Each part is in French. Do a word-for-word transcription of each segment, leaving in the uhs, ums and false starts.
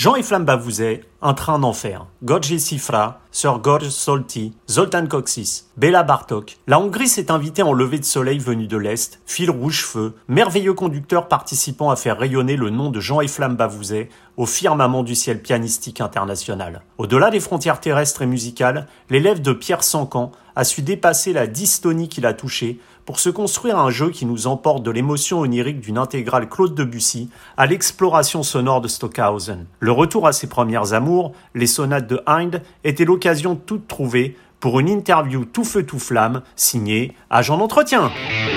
Jean Eflamme Bavouzet, Un train d'enfer, Gheorghe Sifra, Sir George Solti, Zoltán Kocsis, Béla Bartók. La Hongrie s'est invitée en lever de soleil venu de l'Est, fil rouge feu, merveilleux conducteur participant à faire rayonner le nom de Jean Eflamme Bavouzet au firmament du ciel pianistique international. Au-delà des frontières terrestres et musicales, l'élève de Pierre Sancan a su dépasser la dystonie qui l'a touché pour se construire un jeu qui nous emporte de l'émotion onirique d'une intégrale Claude Debussy à l'exploration sonore de Stockhausen. Le retour à ses premières amours, les sonates de Haydn, était l'occasion toute trouvée pour une interview tout feu tout flamme signée Agent d'entretien.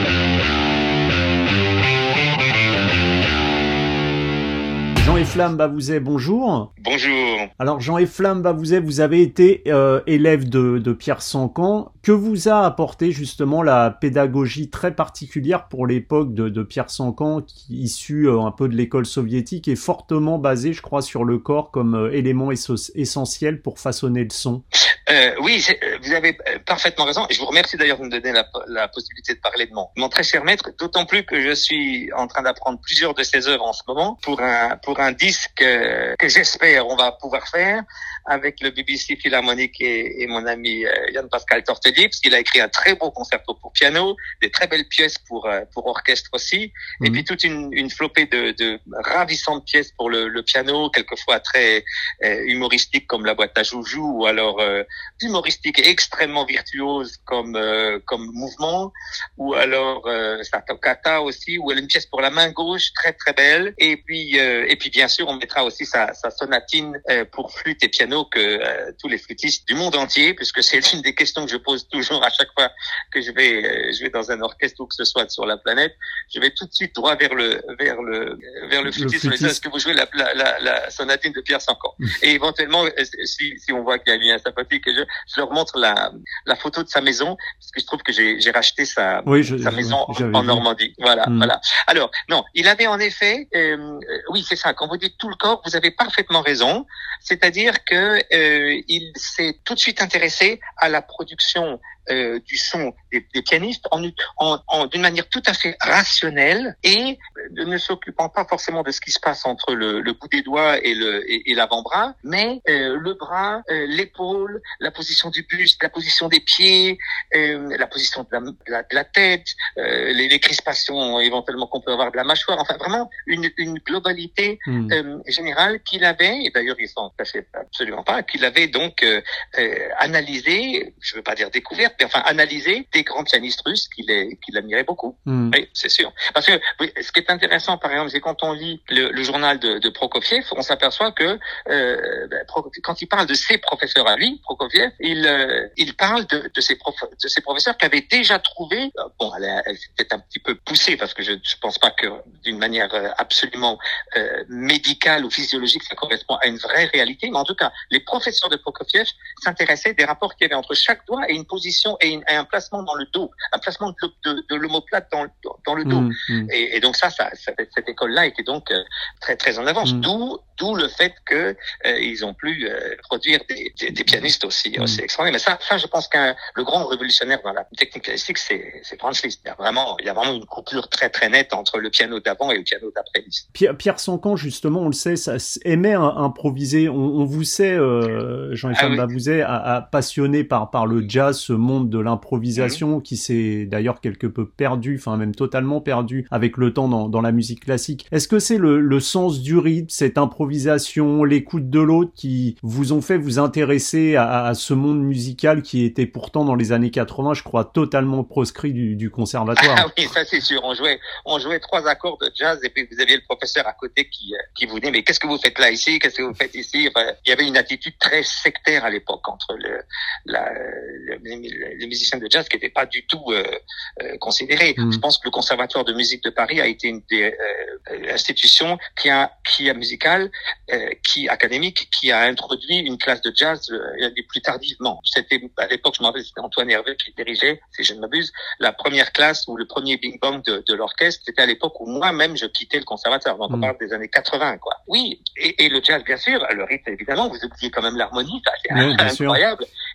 Jean Eflamme Bavouzet, bonjour. Bonjour. Alors Jean Eflamme Bavouzet, vous avez été euh, élève de, de Pierre Sancan. Que vous a apporté justement la pédagogie très particulière pour l'époque de, de Pierre Sancan, qui issu euh, un peu de l'école soviétique et fortement basée, je crois, sur le corps comme euh, élément esso- essentiel pour façonner le son? Euh, oui, vous avez parfaitement raison. Je vous remercie d'ailleurs de me donner la, la possibilité de parler de mon, mon très cher maître, d'autant plus que je suis en train d'apprendre plusieurs de ses œuvres en ce moment pour un pour un disque euh, que j'espère on va pouvoir faire avec le B B C Philharmonic et, et mon ami euh, Yann-Pascal Tortelier, parce qu'il a écrit un très beau concerto pour piano, des très belles pièces pour euh, pour orchestre aussi, mmh. et puis toute une, une flopée de, de ravissantes pièces pour le, le piano, quelquefois très euh, humoristiques comme La boîte à joujoux, ou alors euh, humoristique et extrêmement virtuose comme euh, comme mouvement, ou alors euh, sa toccata aussi, où elle a une pièce pour la main gauche très très belle, et puis euh, et puis bien sûr on mettra aussi sa, sa sonatine euh, pour flûte et piano que euh, tous les flûtistes du monde entier, puisque c'est une des questions que je pose toujours à chaque fois que je vais euh, je vais dans un orchestre ou que ce soit sur la planète, je vais tout de suite droit vers le vers le vers le flûtiste. Le flûtiste. Est-ce que vous jouez la la la, la sonatine de Pierre Sancan? Et éventuellement si si on voit qu'il y a un lien sympathique, je, je leur montre la, la photo de sa maison, parce que je trouve que j'ai, j'ai racheté sa, oui, je, sa je, maison en vu. Normandie. Voilà, mm. voilà. Alors, non, il avait en effet, euh, oui, c'est ça. Quand vous dites tout le corps, vous avez parfaitement raison. C'est-à-dire que euh, il s'est tout de suite intéressé à la production Euh, du son des, des pianistes en, en, en d'une manière tout à fait rationnelle, et euh, ne s'occupant pas forcément de ce qui se passe entre le, le bout des doigts et le et, et l'avant-bras, mais euh, le bras, euh, l'épaule, la position du buste, la position des pieds, euh, la position de la, de la, de la tête, euh, les, les crispations éventuellement qu'on peut avoir de la mâchoire, enfin vraiment une, une globalité mmh. euh, générale qu'il avait, et d'ailleurs il s'en cachait absolument pas, qu'il avait donc euh, euh, analysé, je veux pas dire découvert, enfin analyser des grands pianistes russes qu'il est, qu'il admirait beaucoup. Mm. Oui, c'est sûr. Parce que oui, ce qui est intéressant, par exemple, c'est quand on lit le, le journal de, de Prokofiev, on s'aperçoit que euh, ben, quand il parle de ses professeurs à lui, Prokofiev, il euh, il parle de, de ses prof, de ses professeurs qui avaient déjà trouvé. Bon, elle, elle s'est peut-être un petit peu poussée, parce que je je pense pas que d'une manière absolument euh, médicale ou physiologique ça correspond à une vraie réalité, mais en tout cas, les professeurs de Prokofiev s'intéressaient des rapports qu'il y avait entre chaque doigt et une position et, une, et un placement dans le dos, un placement de, de, de l'omoplate dans, dans le dos. Mmh, mmh. Et, et donc ça, ça, ça cette école-là était donc euh, très très en avance. Mmh. D'où, d'où le fait que euh, ils ont pu euh, produire des, des, des pianistes aussi, mmh. aussi extraordinaires. Mais ça, ça, je pense qu'un le grand révolutionnaire dans la technique classique, c'est, c'est Franz Liszt. Il y a vraiment, il y a vraiment une coupure très très nette entre le piano d'avant et le piano d'après Liszt. Pierre, Pierre Sancan, justement, on le sait, ça aimait improviser. On, on vous sait, euh, Jean-Eflamme ah, oui. Bavouzet, à, à passionné par par le jazz, ce monde de l'improvisation mmh. qui s'est d'ailleurs quelque peu perdu, enfin même totalement perdu avec le temps dans, dans la musique classique. Est-ce que c'est le, le sens du rythme, cette improvisation, l'écoute de l'autre qui vous ont fait vous intéresser à, à ce monde musical qui était pourtant dans les années quatre-vingts, je crois, totalement proscrit du, du conservatoire? Ah oui, ça c'est sûr. On jouait, on jouait trois accords de jazz et puis vous aviez le professeur à côté qui, qui vous dit mais qu'est-ce que vous faites là ici, qu'est-ce que vous faites ici? Enfin, il y avait une attitude très sectaire à l'époque entre le, la, le, le les musiciens de jazz qui n'étaient pas du tout euh, euh, considérés. Mmh. Je pense que le Conservatoire de musique de Paris a été une des euh, institutions qui a, qui a musicale, euh, qui académique, qui a introduit une classe de jazz euh, plus tardivement. C'était à l'époque, je m'en rappelle, c'était Antoine Hervé qui dirigeait, si je ne m'abuse, la première classe ou le premier bing bang de, de l'orchestre. C'était à l'époque où moi-même je quittais le Conservatoire. Donc mmh. on parle des années quatre-vingts, quoi. Oui, et, et le jazz, bien sûr, le rythme évidemment. Vous oubliez quand même l'harmonie, ça c'est oui, incroyable.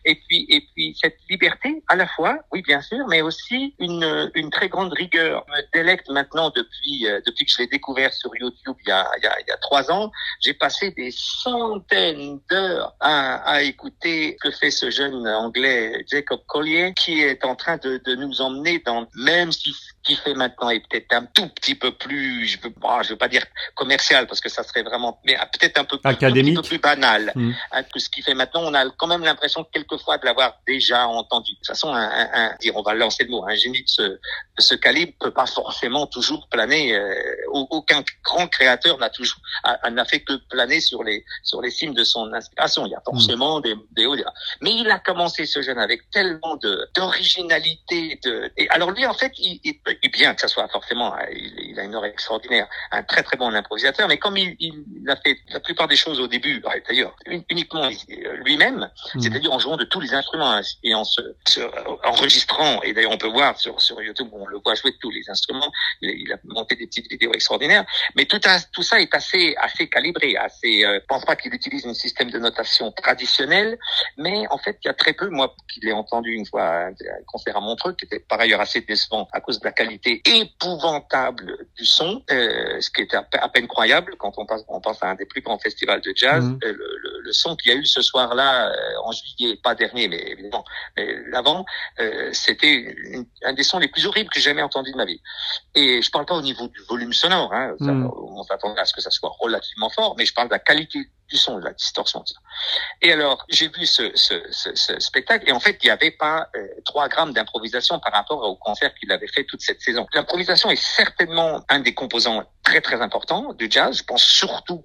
Et puis, et puis cette liberté, à la fois, oui bien sûr, mais aussi une une très grande rigueur. Je me délecte maintenant depuis euh, depuis que je l'ai découvert sur YouTube il y a il y a, il y a trois ans. J'ai passé des centaines d'heures à, à écouter ce que fait ce jeune anglais Jacob Collier, qui est en train de de nous emmener dans, même si ce qu'il fait maintenant est peut-être un tout petit peu plus, je veux pas, je veux pas dire commercial parce que ça serait vraiment, mais peut-être un peu plus, académique, un petit peu plus banal mmh. hein, que ce qu'il fait maintenant. On a quand même l'impression quelquefois de l'avoir déjà entendu. De toute façon, un, un, un dire, on va lancer le mot, un génie de ce, de ce calibre peut pas forcément toujours planer. Euh, aucun grand créateur n'a toujours a, n'a fait que planer sur les sur les cimes de son inspiration. Il y a forcément mmh. des, des hauts, des bas. Mais il a commencé ce jeune avec tellement de d'originalité. De et alors lui, en fait, il, il Et bien que ça soit forcément, il, il a une oreille extraordinaire, un très très bon improvisateur, mais comme il, il a fait la plupart des choses au début, d'ailleurs uniquement lui-même, mmh. c'est-à-dire en jouant de tous les instruments et en se, se enregistrant, et d'ailleurs on peut voir sur sur YouTube, on le voit jouer de tous les instruments, il, il a monté des petites vidéos extraordinaires, mais tout, un, tout ça est assez assez calibré, assez. Euh, je pense pas qu'il utilise un système de notation traditionnel, mais en fait il y a très peu, moi qui l'ai entendu une fois à un concert à Montreux, qui était par ailleurs assez décevant à cause de la qualité épouvantable du son, euh, ce qui est à, à peine croyable quand on pense, on pense à un des plus grands festivals de jazz. Mmh. Euh, le, le, le son qu'il y a eu ce soir-là, euh, en juillet, pas dernier, mais évidemment, mais l'avant, euh, c'était une, un des sons les plus horribles que j'ai jamais entendu de ma vie. Et je parle pas au niveau du volume sonore, hein, ça, mmh. on s'attend à ce que ça soit relativement fort, mais je parle de la qualité du son, de la distorsion. Et alors, j'ai vu ce, ce, ce, ce spectacle, et en fait, il n'y avait pas euh, trois grammes d'improvisation par rapport au concert qu'il avait fait toute cette saison. L'improvisation est certainement un des composants très très importants du jazz. Je pense surtout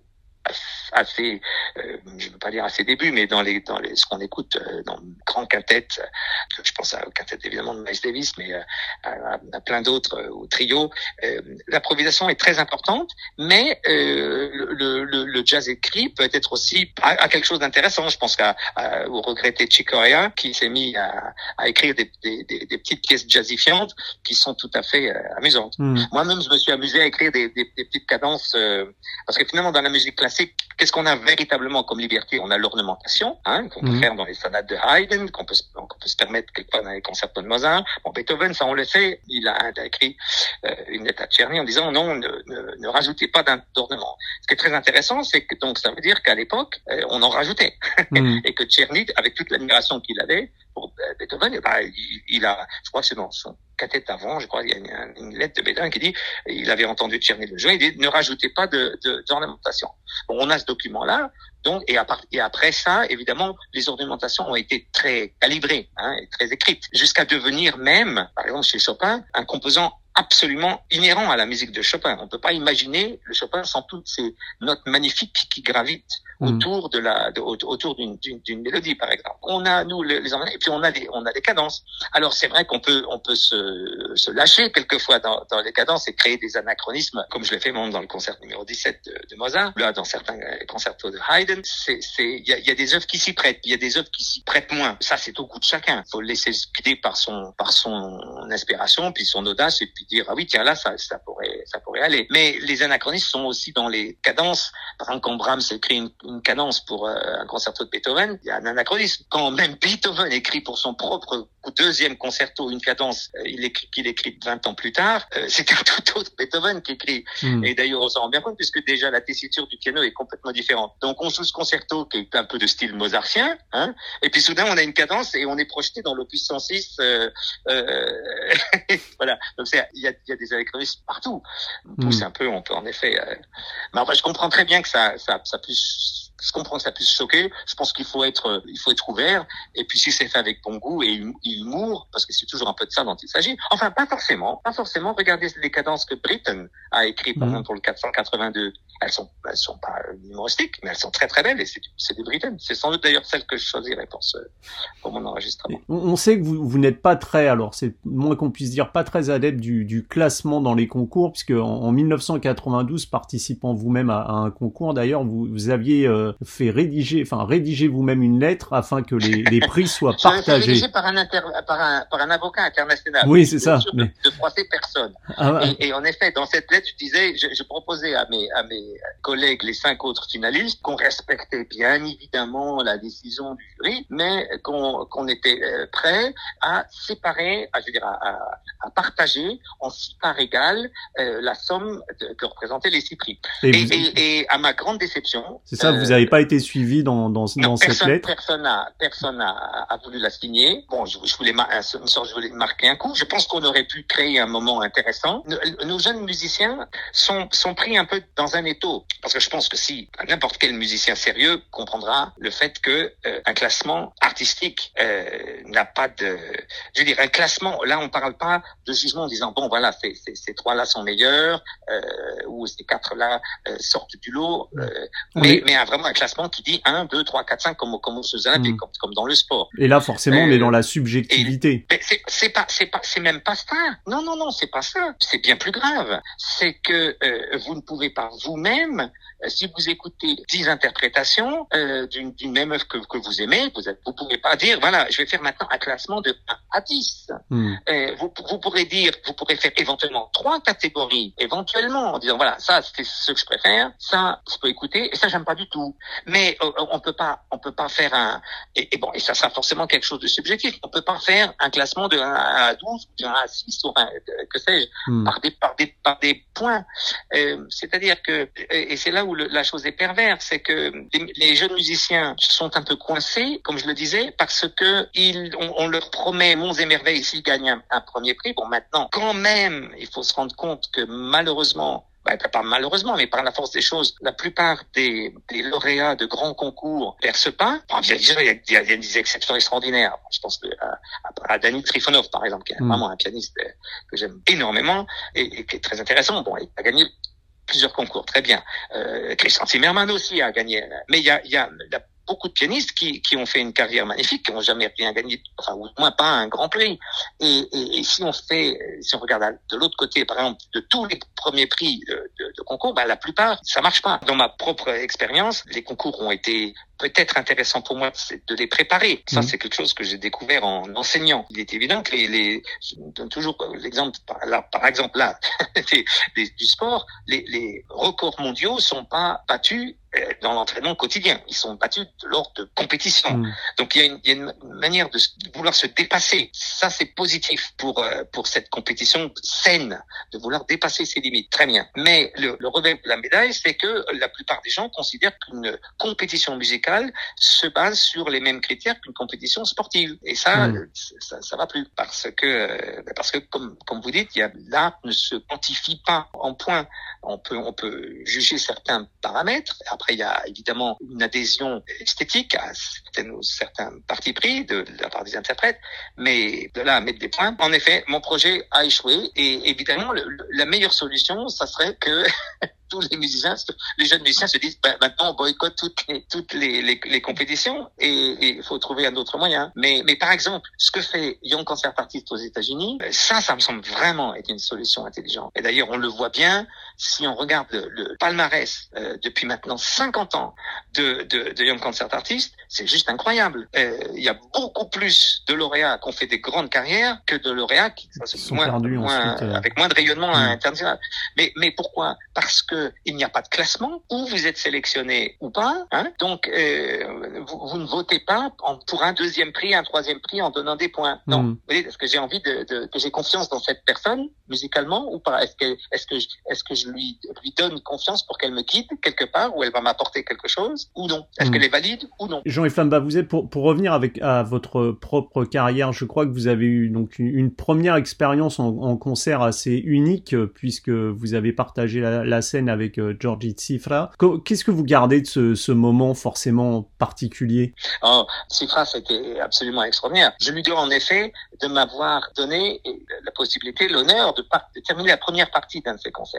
assez, euh, je ne veux pas dire à ses débuts, mais dans les, dans les, ce qu'on écoute euh, dans le grand quintet, euh, je pense au quintet évidemment de Miles Davis, mais euh, à, à plein d'autres, euh, au trio, euh, l'improvisation est très importante, mais euh, le, le, le jazz écrit peut être aussi à, à quelque chose d'intéressant. Je pense qu'à, à, au regretté Chick Corea, qui s'est mis à, à écrire des, des, des, des petites pièces jazzifiantes qui sont tout à fait euh, amusantes. Mm. Moi-même, je me suis amusé à écrire des, des, des petites cadences, euh, parce que finalement, dans la musique classique, qu'est-ce qu'on a véritablement comme liberté? On a l'ornementation, hein, qu'on peut mmh. faire dans les sonates de Haydn, qu'on peut, qu'on peut se permettre quelquefois dans les concertos de Mozart. Bon, Beethoven, ça on le sait, il a, il a écrit euh, une lettre à Czerny en disant non, ne, ne, ne rajoutez pas d'ornement. Ce qui est très intéressant, c'est que donc ça veut dire qu'à l'époque, euh, on en rajoutait, mmh. et que Czerny, avec toute l'admiration qu'il avait pour Beethoven, bah, il, il a, je crois que c'est dans son quintet avant, je crois, il y a une, une lettre de Beethoven qui dit, il avait entendu Czerny le jouer, il dit ne rajoutez pas de, de d'ornementation. Bon, on a ce document-là, donc et, à part, et après ça, évidemment, les ornementations ont été très calibrées, hein, et très écrites, jusqu'à devenir même, par exemple chez Chopin, un composant absolument inhérent à la musique de Chopin. On ne peut pas imaginer le Chopin sans toutes ces notes magnifiques qui gravitent mmh. autour de la, de, autour d'une, d'une, d'une mélodie, par exemple. On a nous les, les et puis on a les, on a les cadences. Alors c'est vrai qu'on peut, on peut se, se lâcher quelquefois dans, dans les cadences et créer des anachronismes, comme je l'ai fait même dans le concert numéro dix-sept de, de Mozart. Là, dans certains concertos de Haydn, c'est, c'est, il y a, il y a des œuvres qui s'y prêtent, il y a des œuvres qui s'y prêtent moins. Ça, c'est au goût de chacun. Il faut le laisser se guider par son, par son inspiration, puis son audace, et puis dire ah oui tiens là ça ça pourrait ça pourrait aller. Mais les anachronismes sont aussi dans les cadences. Par exemple, quand Brahms écrit une, une cadence pour euh, un concerto de Beethoven, il y a un anachronisme. Quand même Beethoven écrit pour son propre deuxième concerto une cadence, euh, il écrit qu'il écrit vingt ans plus tard, euh, c'est un tout autre Beethoven qui écrit. Mm. Et d'ailleurs on s'en rend bien compte puisque déjà la tessiture du piano est complètement différente. Donc on joue ce concerto qui est un peu de style mozartien, hein, et puis soudain on a une cadence et on est projeté dans l'opus cent six. Euh, euh, voilà. Donc c'est il y a, il y a des anachronismes partout. On pousse mmh. un peu, on peut en effet. Euh... Mais enfin, je comprends très bien que ça, ça, ça puisse. Je comprends que ça puisse choquer. Je pense qu'il faut être, il faut être ouvert. Et puis si c'est fait avec bon goût et humour, parce que c'est toujours un peu de ça dont il s'agit. Enfin, pas forcément, pas forcément. Regardez les cadences que Britten a écrites, par mmh. exemple pour le quatre cent quatre-vingt-deux. Elles sont, elles sont pas humoristiques, mais elles sont très très belles. Et c'est, c'est des Britten. C'est sans doute d'ailleurs celles que je choisirais pour ce, pour mon enregistrement. On sait que vous, vous n'êtes pas très, alors c'est moins qu'on puisse dire, pas très adepte du, du classement dans les concours, puisque en, en mille neuf cent quatre-vingt-douze, participant vous-même à, à un concours, d'ailleurs, vous, vous aviez euh, euh, fait rédiger, enfin rédiger vous-même une lettre afin que les, les prix soient partagés. Rédigé par un, inter... par un par un avocat international. Oui, c'est ça. Sûr mais... de, de froisser personne. Ah, et, et en effet, dans cette lettre, je disais, je, je proposais à mes à mes collègues, les cinq autres finalistes, qu'on respectait bien évidemment la décision du jury, mais qu'on qu'on était prêt à séparer, à, je veux dire, à, à, à partager en six parts égales euh, la somme de, que représentaient les six prix. Et, et, vous... et, et à ma grande déception, c'est ça, euh, vous n'avez pas été suivi dans dans, non, dans personne, cette lettre. Personne a personne a, a voulu la signer. Bon, je, je voulais mar- une sorte, je voulais marquer un coup. Je pense qu'on aurait pu créer un moment intéressant. Nos, nos jeunes musiciens sont sont pris un peu dans un étau, parce que je pense que si n'importe quel musicien sérieux comprendra le fait que euh, un classement artistique euh, n'a pas de, je veux dire, un classement. Là, on parle pas de jugement en disant bon voilà, ces ces, ces trois là sont meilleurs euh, ou ces quatre là euh, sortent du lot, euh, mais mais un, vraiment un classement qui dit un, deux, trois, quatre, cinq comme comme aux Jeux Olympiques, mmh. comme, comme dans le sport. Et là, forcément, euh, on est dans la subjectivité. Et, c'est c'est pas c'est pas c'est même pas ça. Non non non, c'est pas ça. C'est bien plus grave. C'est que euh, vous ne pouvez pas vous-même, si vous écoutez dix interprétations euh, d'une, d'une même œuvre que, que vous aimez, vous êtes, vous pouvez pas dire voilà, je vais faire maintenant un classement de un à dix. Mm. Euh, vous, vous pourrez dire, vous pourrez faire éventuellement trois catégories, éventuellement en disant voilà, ça c'est ce que je préfère, ça je peux écouter et ça j'aime pas du tout. Mais euh, on peut pas, on peut pas faire un et, et bon et ça sera forcément quelque chose de subjectif. On peut pas faire un classement de un à douze, de un à six ou un, que sais-je, mm. par des par des par des points. Euh, c'est-à-dire que et c'est là où le, la chose est perverse, c'est que les, les jeunes musiciens sont un peu coincés, comme je le disais, parce que ils, on, on leur promet monts et merveilles s'ils gagnent un, un premier prix. Bon, maintenant, quand même, il faut se rendre compte que malheureusement, bah, pas malheureusement, mais par la force des choses, la plupart des, des lauréats de grands concours percent pas. Bon, il, y a, il, y a, il y a des exceptions extraordinaires. Je pense que à, à Danny Trifonov, par exemple, qui est mmh. vraiment un pianiste que j'aime énormément et, et qui est très intéressant. Bon, il a gagné plusieurs concours, très bien. Euh, Christian Zimmermann aussi a gagné. Mais il y a, il y a, il y a beaucoup de pianistes qui, qui ont fait une carrière magnifique, qui n'ont jamais rien gagné, enfin, ou moins pas un grand prix. Et, et, et si on fait, si on regarde de l'autre côté, par exemple, de tous les premiers prix de, de, de concours, ben, la plupart, ça marche pas. Dans ma propre expérience, les concours ont été peut-être intéressants pour moi de les préparer. Ça, mmh. c'est quelque chose que j'ai découvert en enseignant. Il est évident que les, les je donne toujours l'exemple, par, là, par exemple, là, les, les, du sport, les, les records mondiaux sont pas battus dans l'entraînement quotidien. Ils sont battus lors de compétitions. Mmh. Donc, il y a une, il y a une manière de, de vouloir se dépasser. Ça, c'est positif pour, euh, pour cette compétition saine, de vouloir dépasser ses limites. Très bien. Mais le, le revers de la médaille, c'est que la plupart des gens considèrent qu'une compétition musicale se base sur les mêmes critères qu'une compétition sportive. Et ça, mmh. ça, ça va plus. Parce que, parce que, comme, comme vous dites, il y a, l'art ne se quantifie pas en points. On peut, on peut juger certains paramètres. Après, il y a évidemment une adhésion esthétique à certains, certains partis pris de, de la part des interprètes, mais de là à mettre des points. En effet, mon projet a échoué et évidemment, le, le, la meilleure solution, ça serait que tous les musiciens, les jeunes musiciens se disent, ben, maintenant on boycotte toutes les, toutes les, les, les compétitions et il faut trouver un autre moyen. Mais, mais par exemple, ce que fait Young Concert Artist aux États-Unis, ça, ça me semble vraiment être une solution intelligente. Et d'ailleurs, on le voit bien si on regarde le, le palmarès euh, depuis maintenant cinquante ans de, de, de Young Concert Artist, c'est juste incroyable. Euh, il y a beaucoup plus de lauréats qui ont fait des grandes carrières que de lauréats qui sont moins, moins, ensuite, euh... avec moins de rayonnement mmh. international. Mais, mais pourquoi? Parce que il n'y a pas de classement, où vous êtes sélectionné ou pas, hein. Donc euh, vous, vous ne votez pas en, pour un deuxième prix, un troisième prix en donnant des points. Non, mm. vous voyez, est-ce que j'ai envie de, de que j'ai confiance dans cette personne musicalement ou pas? Est-ce que est-ce que je, est-ce que je lui lui donne confiance pour qu'elle me guide quelque part, où elle va m'apporter quelque chose ou non? Est-ce mm. qu'elle est valide ou non? Jean Eflamba, vous êtes pour pour revenir avec à votre propre carrière, je crois que vous avez eu donc une, une première expérience en, en concert assez unique puisque vous avez partagé la, la scène avec euh, Georgi Cifra. Qu'est-ce que vous gardez de ce, ce moment forcément particulier? Oh, Cifra, c'était absolument extraordinaire. Je lui dois en effet de m'avoir donné la possibilité, l'honneur de, par- de terminer la première partie d'un de ses concerts.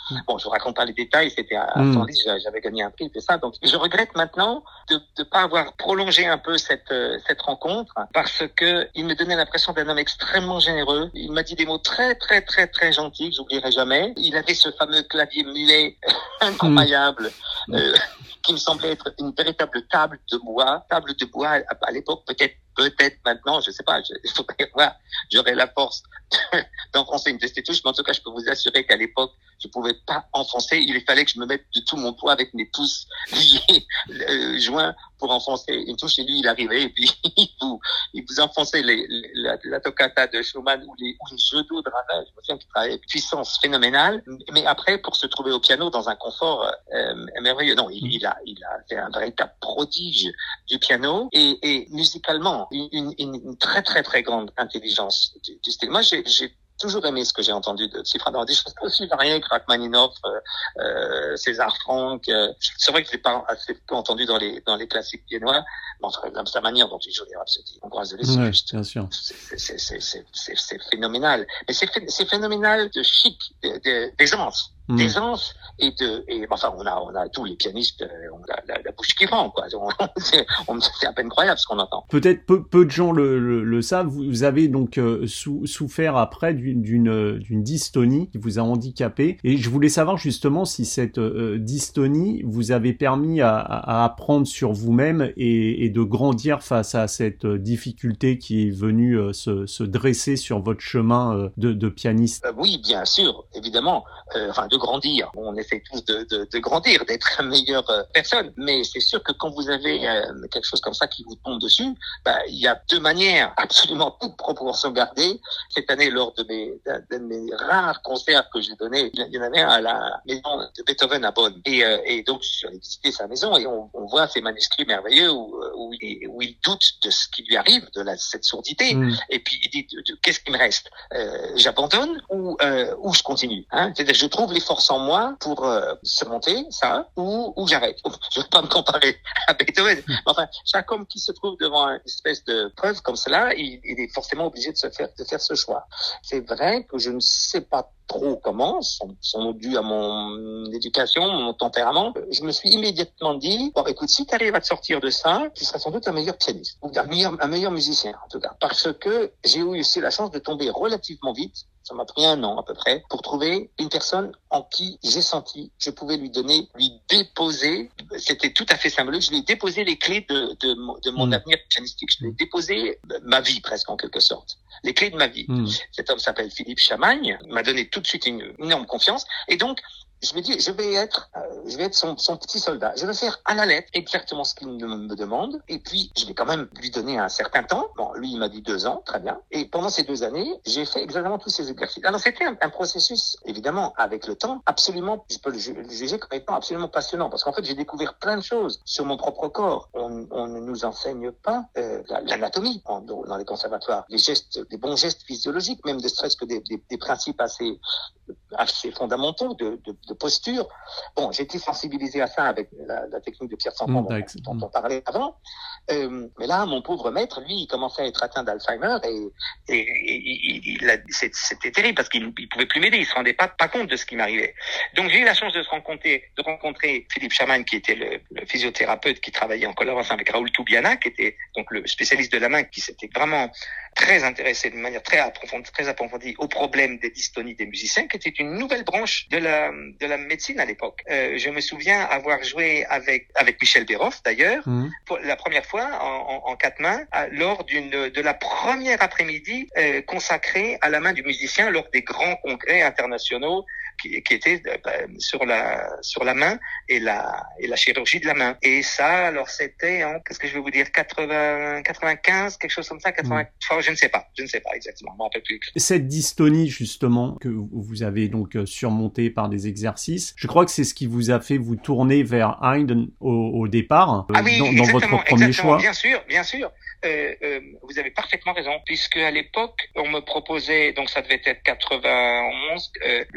Bon, je vous raconte pas les détails, c'était à mmh. Senlis, j'avais gagné un prix, c'est ça. Donc, je regrette maintenant de ne pas avoir prolongé un peu cette euh, cette rencontre, parce que il me donnait l'impression d'un homme extrêmement généreux. Il m'a dit des mots très, très, très, très gentils que j'oublierai jamais. Il avait ce fameux clavier muet incroyable, mmh. euh, qui me semblait être une véritable table de bois. Table de bois, à, à l'époque, peut-être Peut-être maintenant, je sais pas, je, il faudrait voir, j'aurais la force d'enfoncer une de ces touches, mais en tout cas, je peux vous assurer qu'à l'époque, je pouvais pas enfoncer, il fallait que je me mette de tout mon poids avec mes pouces liés, euh, joints pour enfoncer une touche, et lui, il arrivait, et puis il vous, il vous enfonçait les, les, la, la toccata de Schumann ou les, ou les jeux d'eau de Ravel, je me souviens qu'il travaillait avec puissance phénoménale, mais après, pour se trouver au piano dans un confort euh, merveilleux, non, il, il a, il a fait un véritable prodige du piano, et, et musicalement, Une, une, une très très très grande intelligence du, du style. Moi, j'ai, j'ai toujours aimé ce que j'ai entendu de Cifra, des choses aussi variées que Rachmaninoff, euh, euh, César Franck. Euh, c'est vrai que je l'ai pas assez peu entendu dans les dans les classiques viennois, mais enfin, sa manière dont il joue les rhapsodies hongroises de l'Est, ouais, juste, bien sûr. C'est, c'est, c'est, c'est, c'est, c'est phénoménal. Mais c'est, c'est phénoménal de chic, de, de, d'aisance. Mmh. D'aisance et de et enfin on a on a tous les pianistes, on a la, la bouche qui rend quoi, on, c'est, on, c'est à peine croyable ce qu'on entend. Peut-être peu peu de gens le, le, le savent. Vous avez donc euh, sou, souffert après d'une, d'une d'une dystonie qui vous a handicapé, et je voulais savoir justement si cette euh, dystonie vous avait permis à, à apprendre sur vous-même et, et de grandir face à cette difficulté qui est venue euh, se, se dresser sur votre chemin euh, de, de pianiste. Euh, oui, bien sûr, évidemment. Euh, enfin, de grandir. On essaie tous de, de, de grandir, d'être une meilleure euh, personne. Mais c'est sûr que quand vous avez euh, quelque chose comme ça qui vous tombe dessus, bah, il y a deux manières, absolument toutes proportions gardées. Cette année, lors de mes, d'un, de mes rares concerts que j'ai donnés, il y en avait un à la maison de Beethoven à Bonn. Et, euh, et donc, je suis allé visiter sa maison et on, on voit ces manuscrits merveilleux où, où, il, où il doute de ce qui lui arrive, de la, cette sourdité. Mmh. Et puis, il dit, de, de, qu'est-ce qui me reste? euh, J'abandonne ou, euh, ou je continue, hein? C'est-à-dire, je trouve les forces en moi pour euh, surmonter ça, ou, ou j'arrête. Je ne vais pas me comparer à Beethoven. Mais enfin, chaque homme qui se trouve devant une espèce de preuve comme cela, il, il est forcément obligé de se faire, de faire ce choix. C'est vrai que je ne sais pas trop comment, sans, sans dû à mon éducation, mon tempérament, je me suis immédiatement dit, bon, écoute, si tu arrives à te sortir de ça, tu seras sans doute un meilleur pianiste, ou un meilleur, un meilleur musicien, en tout cas. Parce que j'ai eu aussi la chance de tomber relativement vite, ça m'a pris un an à peu près, pour trouver une personne en qui j'ai senti, je pouvais lui donner, lui déposer, c'était tout à fait symbolique, je lui ai déposé les clés de, de, de mon mmh. avenir pianistique, je lui ai déposé ma vie presque en quelque sorte, les clés de ma vie. Mmh. Cet homme s'appelle Philippe Chamagne, m'a donné tout de suite une, une énorme confiance, et donc je me dis, je vais être, euh, je vais être son, son petit soldat. Je vais faire à la lettre exactement ce qu'il me, me demande. Et puis, je vais quand même lui donner un certain temps. Bon, lui, il m'a dit deux ans, très bien. Et pendant ces deux années, j'ai fait exactement tous ces exercices. Alors, c'était un, un processus, évidemment, avec le temps, absolument, je peux le, le juger comme étant absolument passionnant. Parce qu'en fait, j'ai découvert plein de choses sur mon propre corps. On, on ne nous enseigne pas euh, l'anatomie en, dans les conservatoires. Les gestes, les bons gestes physiologiques, même de stress que des, des, des principes assez, assez fondamentaux de, de de posture. Bon, j'ai été sensibilisé à ça avec la, la technique de Pierre Santon mmh, dont, dont on parlait avant. Euh, mais là, mon pauvre maître, lui, il commençait à être atteint d'Alzheimer et, et, et, et il a, c'était terrible parce qu'il ne pouvait plus m'aider. Il se rendait pas, pas compte de ce qui m'arrivait. Donc, j'ai eu la chance de se rencontrer, de rencontrer Philippe Chamagne, qui était le, le physiothérapeute qui travaillait en collaboration avec Raoul Toubiana, qui était donc le spécialiste de la main, qui s'était vraiment très intéressé de manière très approfondie, très approfondie au problème des dystonies des musiciens, qui était une nouvelle branche de la de la médecine à l'époque. Euh, je me souviens avoir joué avec avec Michel Béroff d'ailleurs mmh. pour la première fois en, en, en quatre mains à, lors d'une de la première après-midi euh, consacrée à la main du musicien lors des grands congrès internationaux qui, qui étaient euh, sur la sur la main et la et la chirurgie de la main. Et ça, alors c'était en qu'est-ce que je vais vous dire quatre-vingts, quatre-vingt-quinze, quelque chose comme ça, quatre-vingts, mmh. enfin, je ne sais pas, je ne sais pas exactement, je m'en rappelle plus. Cette dystonie justement que vous avez donc surmontée par des exercices, je crois que c'est ce qui vous a fait vous tourner vers Haydn au, au départ, ah oui, dans, dans votre premier choix. Bien sûr, bien sûr. Euh, euh, vous avez parfaitement raison, puisque à l'époque on me proposait, donc ça devait être quatre-vingt-onze, euh,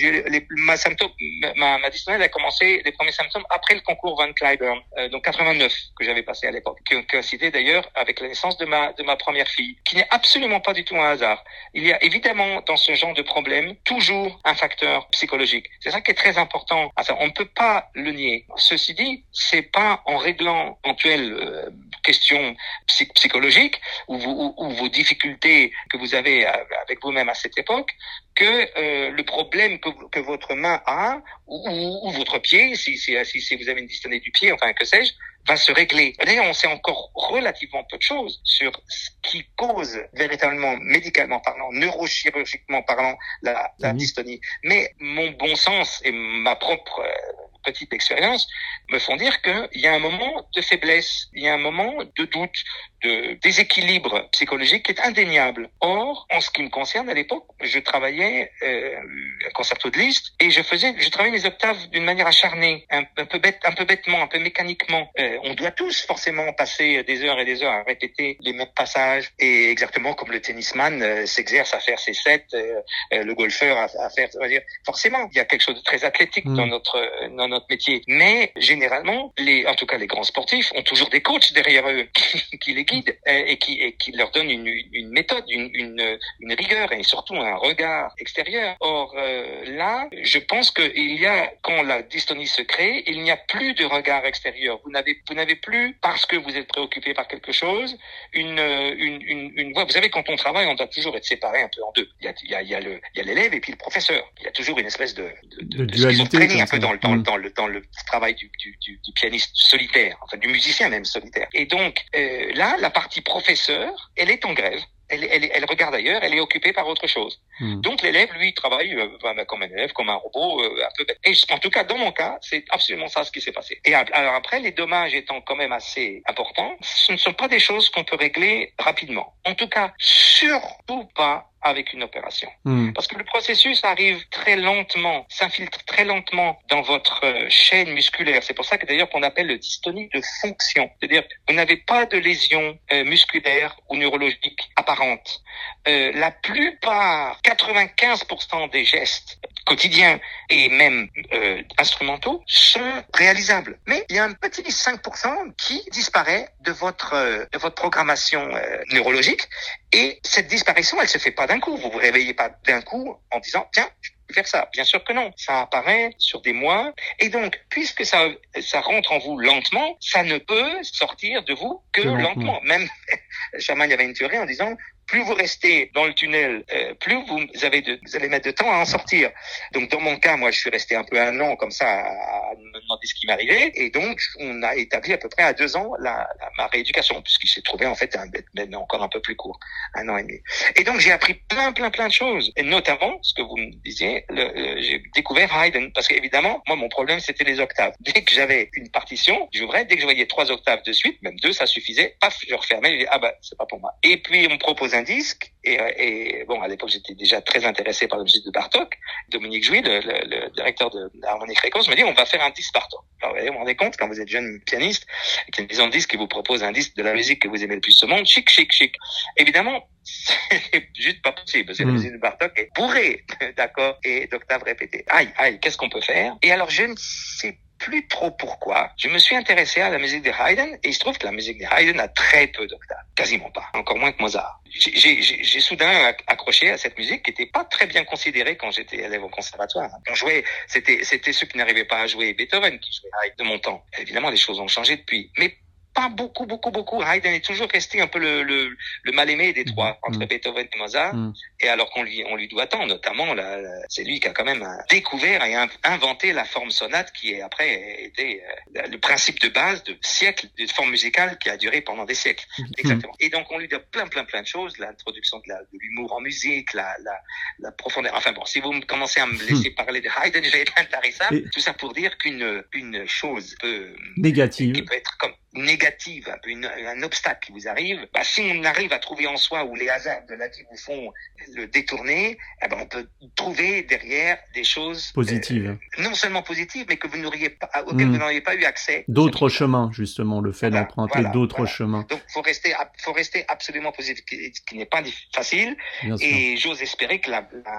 j'ai les, ma symptôme, ma, ma dystonie, elle a commencé, les premiers symptômes après le concours Van Cliburn, euh, donc quatre-vingt-neuf, que j'avais passé à l'époque, qui coïncidait d'ailleurs avec la naissance de ma, de ma première fille, qui n'est absolument pas du tout un hasard. Il y a évidemment dans ce genre de problème toujours un facteur psychologique. C'est ça qui est très important. Enfin, on ne peut pas le nier. Ceci dit, c'est pas en réglant éventuelles euh, questions psy- psychologiques ou, ou, ou vos difficultés que vous avez avec vous-même à cette époque que euh, le problème que, que votre main a ou, ou, ou votre pied, si, si, si, si vous avez une dystonie du pied, enfin que sais-je, va se régler. D'ailleurs, on sait encore relativement peu de choses sur ce qui cause véritablement, médicalement parlant, neurochirurgicalement parlant, la, la mmh. dystonie. Mais mon bon sens et ma propre euh, petite expérience me font dire qu'il y a un moment de faiblesse, il y a un moment de doute, de déséquilibre psychologique qui est indéniable. Or, en ce qui me concerne, à l'époque, je travaillais euh, un concerto de Liszt et je faisais, je travaillais les octaves d'une manière acharnée, un, un peu bête, un peu bêtement, un peu mécaniquement. Euh, on doit tous forcément passer des heures et des heures à répéter les mêmes passages et exactement comme le tennisman euh, s'exerce à faire ses sets, euh, euh, le golfeur à, à faire, on va dire, forcément, il y a quelque chose de très athlétique mmh. dans notre dans notre métier. Mais généralement, les, en tout cas les grands sportifs ont toujours des coachs derrière eux qui, qui les guident euh, et qui et qui leur donnent une, une méthode, une, une une rigueur et surtout un regard extérieur. Or euh, là, je pense que il y a quand la dystonie se crée, il n'y a plus de regard extérieur. Vous n'avez vous n'avez plus, parce que vous êtes préoccupé par quelque chose, une une une, une voie. Vous savez, quand on travaille, on doit toujours être séparé un peu en deux. Il y a il y a il y a le il y a l'élève et puis le professeur. Il y a toujours une espèce de de, de, de, de schizophrénie un peu dans le dans, mmh. dans le dans le travail du du du, du pianiste solitaire, enfin du musicien même solitaire. Et donc euh, là, la partie professeur, elle est en grève. Elle, elle, elle regarde ailleurs, elle est occupée par autre chose. Mmh. Donc l'élève, lui, travaille euh, comme un élève, comme un robot, euh, un peu bête. Et en tout cas, dans mon cas, c'est absolument ça ce qui s'est passé. Et alors après, les dommages étant quand même assez importants, ce ne sont pas des choses qu'on peut régler rapidement. En tout cas, surtout pas avec une opération. Mmh. Parce que le processus arrive très lentement, s'infiltre très lentement dans votre euh, chaîne musculaire. C'est pour ça que d'ailleurs qu'on appelle le dystonie de fonction. C'est-à-dire, vous n'avez pas de lésion euh, musculaire ou neurologique apparente. Euh, la plupart, quatre-vingt-quinze pour cent des gestes quotidiens et même euh, instrumentaux sont réalisables. Mais il y a un petit cinq pour cent qui disparaît de votre euh, de votre programmation euh, neurologique. Et cette disparition, elle se fait pas d'un coup. Vous vous réveillez pas d'un coup en disant tiens, je peux faire ça. Bien sûr que non. Ça apparaît sur des mois. Et donc, puisque ça ça rentre en vous lentement, ça ne peut sortir de vous que lentement. lentement. Même Sherman, il y avait une théorie en disant plus vous restez dans le tunnel, euh, plus vous avez de, vous allez mettre de temps à en sortir. Donc dans mon cas, moi, je suis resté un peu un an comme ça à, à me demander ce qui m'arrivait, et donc on a établi à peu près à deux ans la, la ma rééducation, puisqu'il s'est trouvé en fait un mais encore un peu plus court, un an et demi. Et donc j'ai appris plein, plein, plein de choses, et notamment ce que vous me disiez, le, le, j'ai découvert Haydn, parce qu'évidemment, moi mon problème c'était les octaves. Dès que j'avais une partition, j'ouvrais, dès que je voyais trois octaves de suite, même deux, ça suffisait. Paf, je refermais, je disais ah bah c'est pas pour moi. Et puis on me propose un disque, et, et bon, à l'époque, j'étais déjà très intéressé par la musique de Bartók. Dominique Jouy, le, le, le directeur de Harmonic Records, me dit, on va faire un disque Bartók. Alors, vous vous rendez compte, quand vous êtes jeune pianiste, et qu'il y a une maison de disques qui vous propose un disque de la musique que vous aimez le plus au monde, chic, chic, chic. Évidemment, c'est juste pas possible, parce que mmh. la musique de Bartók est bourrée d'accords et d'octaves répétés. Aïe, aïe, qu'est-ce qu'on peut faire? Et alors, je ne sais plus trop pourquoi, je me suis intéressé à la musique de Haydn, et il se trouve que la musique de Haydn a très peu d'octaves, quasiment pas, encore moins que Mozart. J'ai, j'ai, j'ai soudain accroché à cette musique qui était pas très bien considérée quand j'étais élève au conservatoire. On jouait, c'était, c'était ceux qui n'arrivaient pas à jouer Beethoven qui jouaient Haydn de mon temps. Évidemment, les choses ont changé depuis, mais pas beaucoup, beaucoup, beaucoup. Haydn est toujours resté un peu le, le, le mal-aimé des trois, mmh. entre Beethoven et Mozart. Mmh. Et alors qu'on lui, on lui doit tant, notamment, la, la, c'est lui qui a quand même découvert et inventé la forme sonate qui est après été euh, le principe de base de siècles de forme musicale qui a duré pendant des siècles. Mmh. Exactement. Et donc on lui doit plein, plein, plein de choses. L'introduction de, la, de l'humour en musique, la, la, la profondeur. Enfin bon, si vous commencez à me laisser mmh. parler de Haydn, je vais être intarissable. Et... Tout ça pour dire qu'une une chose peut, négative, qui peut être comme négative, un peu une, un obstacle qui vous arrive, bah, si on arrive à trouver en soi ou les hasards de la vie vous font le détourner, eh ben on peut trouver derrière des choses positives, euh, non seulement positives, mais que vous n'auriez pas, auxquelles mmh. vous n'auriez pas eu accès. D'autres chemins, justement, le fait voilà, d'emprunter voilà, d'autres voilà. chemins. Donc, faut rester, faut rester absolument positif, ce qui n'est pas facile. Bien et sûr. J'ose espérer que la, la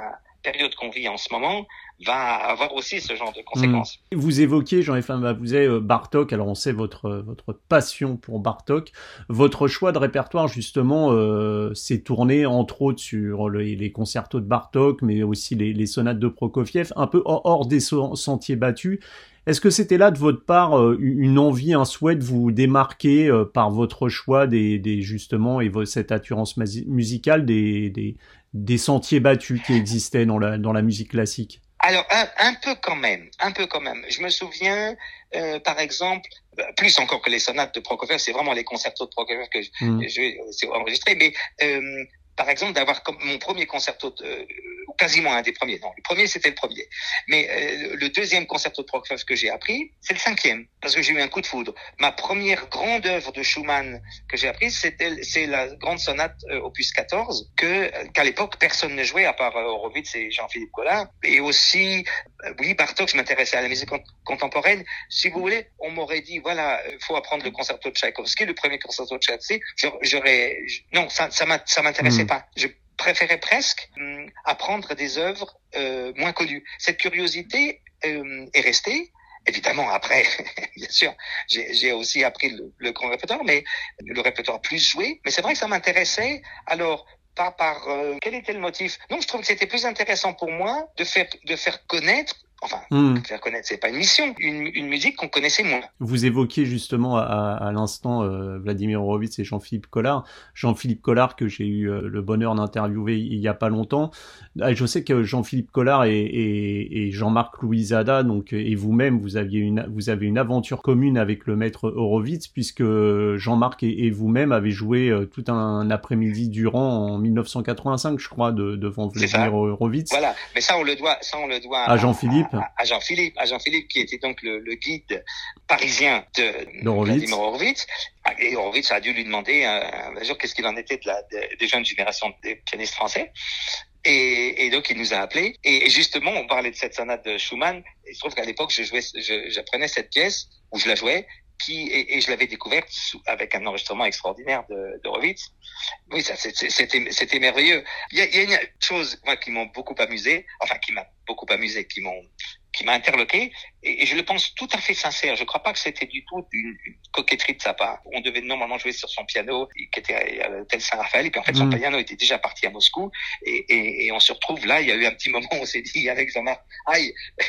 période qu'on vit en ce moment va avoir aussi ce genre de conséquences. Mmh. Vous évoquiez, Jean-Yves Flamabouset, Bartók. Alors on sait votre votre passion pour Bartók. Votre choix de répertoire justement euh, s'est tourné entre autres sur les, les concertos de Bartók, mais aussi les, les sonates de Prokofiev, un peu hors des sentiers battus. Est-ce que c'était là de votre part euh, une envie, un souhait de vous démarquer euh, par votre choix des, des justement et cette attirance musicale des, des des sentiers battus qui existaient dans la dans la musique classique? Alors un, un peu quand même, un peu quand même. Je me souviens, euh, par exemple, plus encore que les sonates de Prokofiev, c'est vraiment les concertos de Prokofiev que je, mmh. je c'est enregistré, mais euh, par exemple d'avoir comme mon premier concerto, de, ou quasiment un des premiers. Non, le premier c'était le premier, mais euh, le deuxième concerto de Prokofiev que j'ai appris, c'est le cinquième, parce que j'ai eu un coup de foudre. Ma première grande œuvre de Schumann que j'ai apprise, c'était c'est la grande sonate euh, opus quatorze que qu'à l'époque personne ne jouait à part euh, Horowitz et Jean-Philippe Collard. Et aussi, euh, oui, Bartók, je m'intéressais à la musique contemporaine. Si vous voulez, on m'aurait dit voilà, faut apprendre le concerto de Tchaïkovski, le premier concerto de Tchaïkovski. J'aurais, non, ça, ça m'intéressait mmh. pas. Je préférais presque hum, apprendre des œuvres euh, moins connues. Cette curiosité euh, est restée. Évidemment, après, bien sûr, j'ai, j'ai aussi appris le, le grand répertoire, mais le répertoire plus joué. Mais c'est vrai que ça m'intéressait. Alors, pas par euh, quel était le motif? Non, je trouve que c'était plus intéressant pour moi de faire de faire connaître. Enfin, mmh. faire connaître, c'est pas une mission, une, une musique qu'on connaissait moins. Vous évoquiez justement à, à l'instant euh, Vladimir Horowitz et Jean-Philippe Collard. Jean-Philippe Collard que j'ai eu euh, le bonheur d'interviewer il y a pas longtemps. Je sais que Jean-Philippe Collard et, et, et Jean-Marc Louisada, donc et vous-même, vous aviez une vous avez une aventure commune avec le maître Horowitz, puisque Jean-Marc et, et vous-même avez joué euh, tout un après-midi durant en mille neuf cent quatre-vingt-cinq, je crois, de, devant Vladimir Horowitz. Voilà, mais ça on le doit, ça on le doit à, à Jean-Philippe. À, à Jean-Philippe, à Jean-Philippe qui était donc le, le guide parisien de Vladimir Horowitz. Et Horowitz a dû lui demander un, un jour qu'est-ce qu'il en était de la, de, des jeunes générations des pianistes français. Et, et donc il nous a appelés. Et justement, on parlait de cette sonate de Schumann. Il se trouve qu'à l'époque, je jouais, je, j'apprenais cette pièce où je la jouais. Qui, et, et je l'avais découverte sous, avec un enregistrement extraordinaire de, de Horowitz. Oui, ça, c'était, c'était merveilleux. Il y a, il y a une chose, moi, qui m'ont beaucoup amusé, enfin, qui m'a beaucoup amusé, qui m'ont, qui m'a interloqué, et, et je le pense tout à fait sincère. Je crois pas que c'était du tout une, une coquetterie de sa part. On devait normalement jouer sur son piano, qui était à l'hôtel Saint-Raphaël, et puis en fait, son mmh. piano était déjà parti à Moscou, et, et, et on se retrouve là, il y a eu un petit moment où on s'est dit avec Jean-Marc, aïe,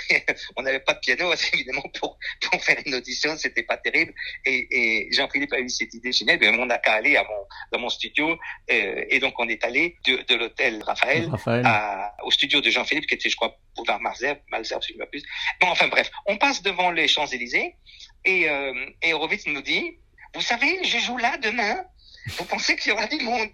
on n'avait pas de piano, évidemment, pour, pour faire une audition, c'était pas terrible, et, et Jean-Philippe a eu cette idée géniale, mais on n'a qu'à aller à mon, dans mon studio, euh, et donc on est allé de, de l'hôtel Raphaël, Raphaël. À, au studio de Jean-Philippe, qui était, je crois, boulevard Malesherbes, Malesherbes, si je ne m'abuse. Bon, enfin bref, on passe devant les Champs-Élysées, et, euh, et Horowitz nous dit, vous savez, je joue là demain, vous pensez qu'il y aura du monde?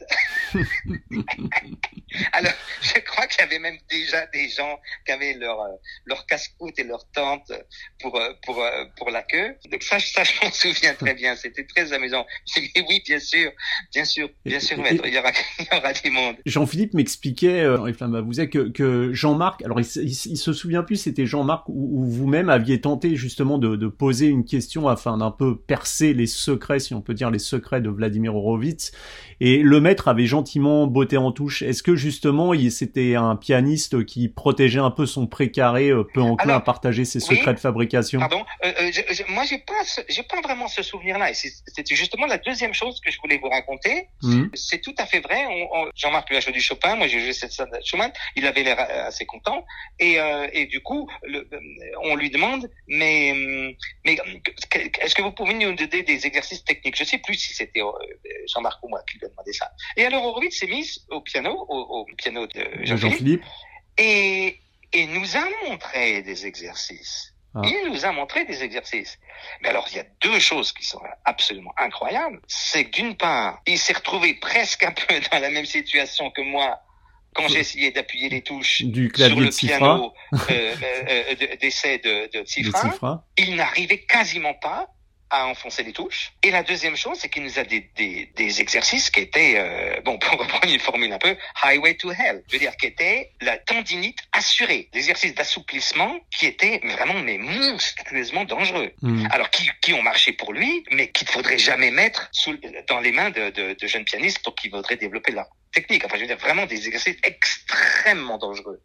Alors, je crois qu'il y avait même déjà des gens qui avaient leur euh, leur casse-croûte et leur tente pour euh, pour euh, pour la queue. Donc ça, ça je m'en souviens très bien. C'était très amusant. J'ai dit mais oui, bien sûr, bien sûr, bien sûr, maître, il y aura il y aura du monde. Jean-Philippe m'expliquait, euh, Jean-Yves Flamabouset, que que Jean-Marc, alors il, il, il se souvient plus, c'était Jean-Marc ou vous-même aviez tenté justement de de poser une question afin d'un peu percer les secrets, si on peut dire les secrets de Vladimir Horowitz. Et le maître avait gentiment botté en touche. Est-ce que justement, il, c'était un pianiste qui protégeait un peu son précaré, peu enclin Alors, à partager ses secrets oui, de fabrication? Pardon, euh, euh, je, je, moi j'ai pas, j'ai pas vraiment ce souvenir-là. Et c'était justement la deuxième chose que je voulais vous raconter. Mmh. C'est tout à fait vrai. On, on, Jean-Marc lui a joué du Chopin, moi j'ai joué cette sonate de Schumann. Il avait l'air assez content. Et, euh, et du coup, le, on lui demande, mais, mais est-ce que vous pouvez nous donner des exercices techniques? Je sais plus si c'était Jean-Marc ou moi qui lui a demandé ça. Et alors Horowitz s'est mis au piano, au, au piano de Jean-Philippe, et, et nous a montré des exercices. Ah. Il nous a montré des exercices. Mais alors, il y a deux choses qui sont absolument incroyables. C'est que d'une part, il s'est retrouvé presque un peu dans la même situation que moi quand j'ai essayé d'appuyer les touches du sur le de piano euh, euh, d'essai de, de Tsifra. Il n'arrivait quasiment pas à enfoncer les touches. Et la deuxième chose, c'est qu'il nous a des, des, des exercices qui étaient, euh, bon, pour reprendre une formule un peu, highway to hell. Je veux dire, qui étaient la tendinite assurée. Des exercices d'assouplissement qui étaient vraiment, mais monstrueusement dangereux. Mmh. Alors, qui, qui ont marché pour lui, mais qu'il ne faudrait jamais mettre sous, dans les mains de, de, de jeunes pianistes pour qu'ils voudraient développer leur technique. Enfin, je veux dire, vraiment des exercices extrêmement dangereux.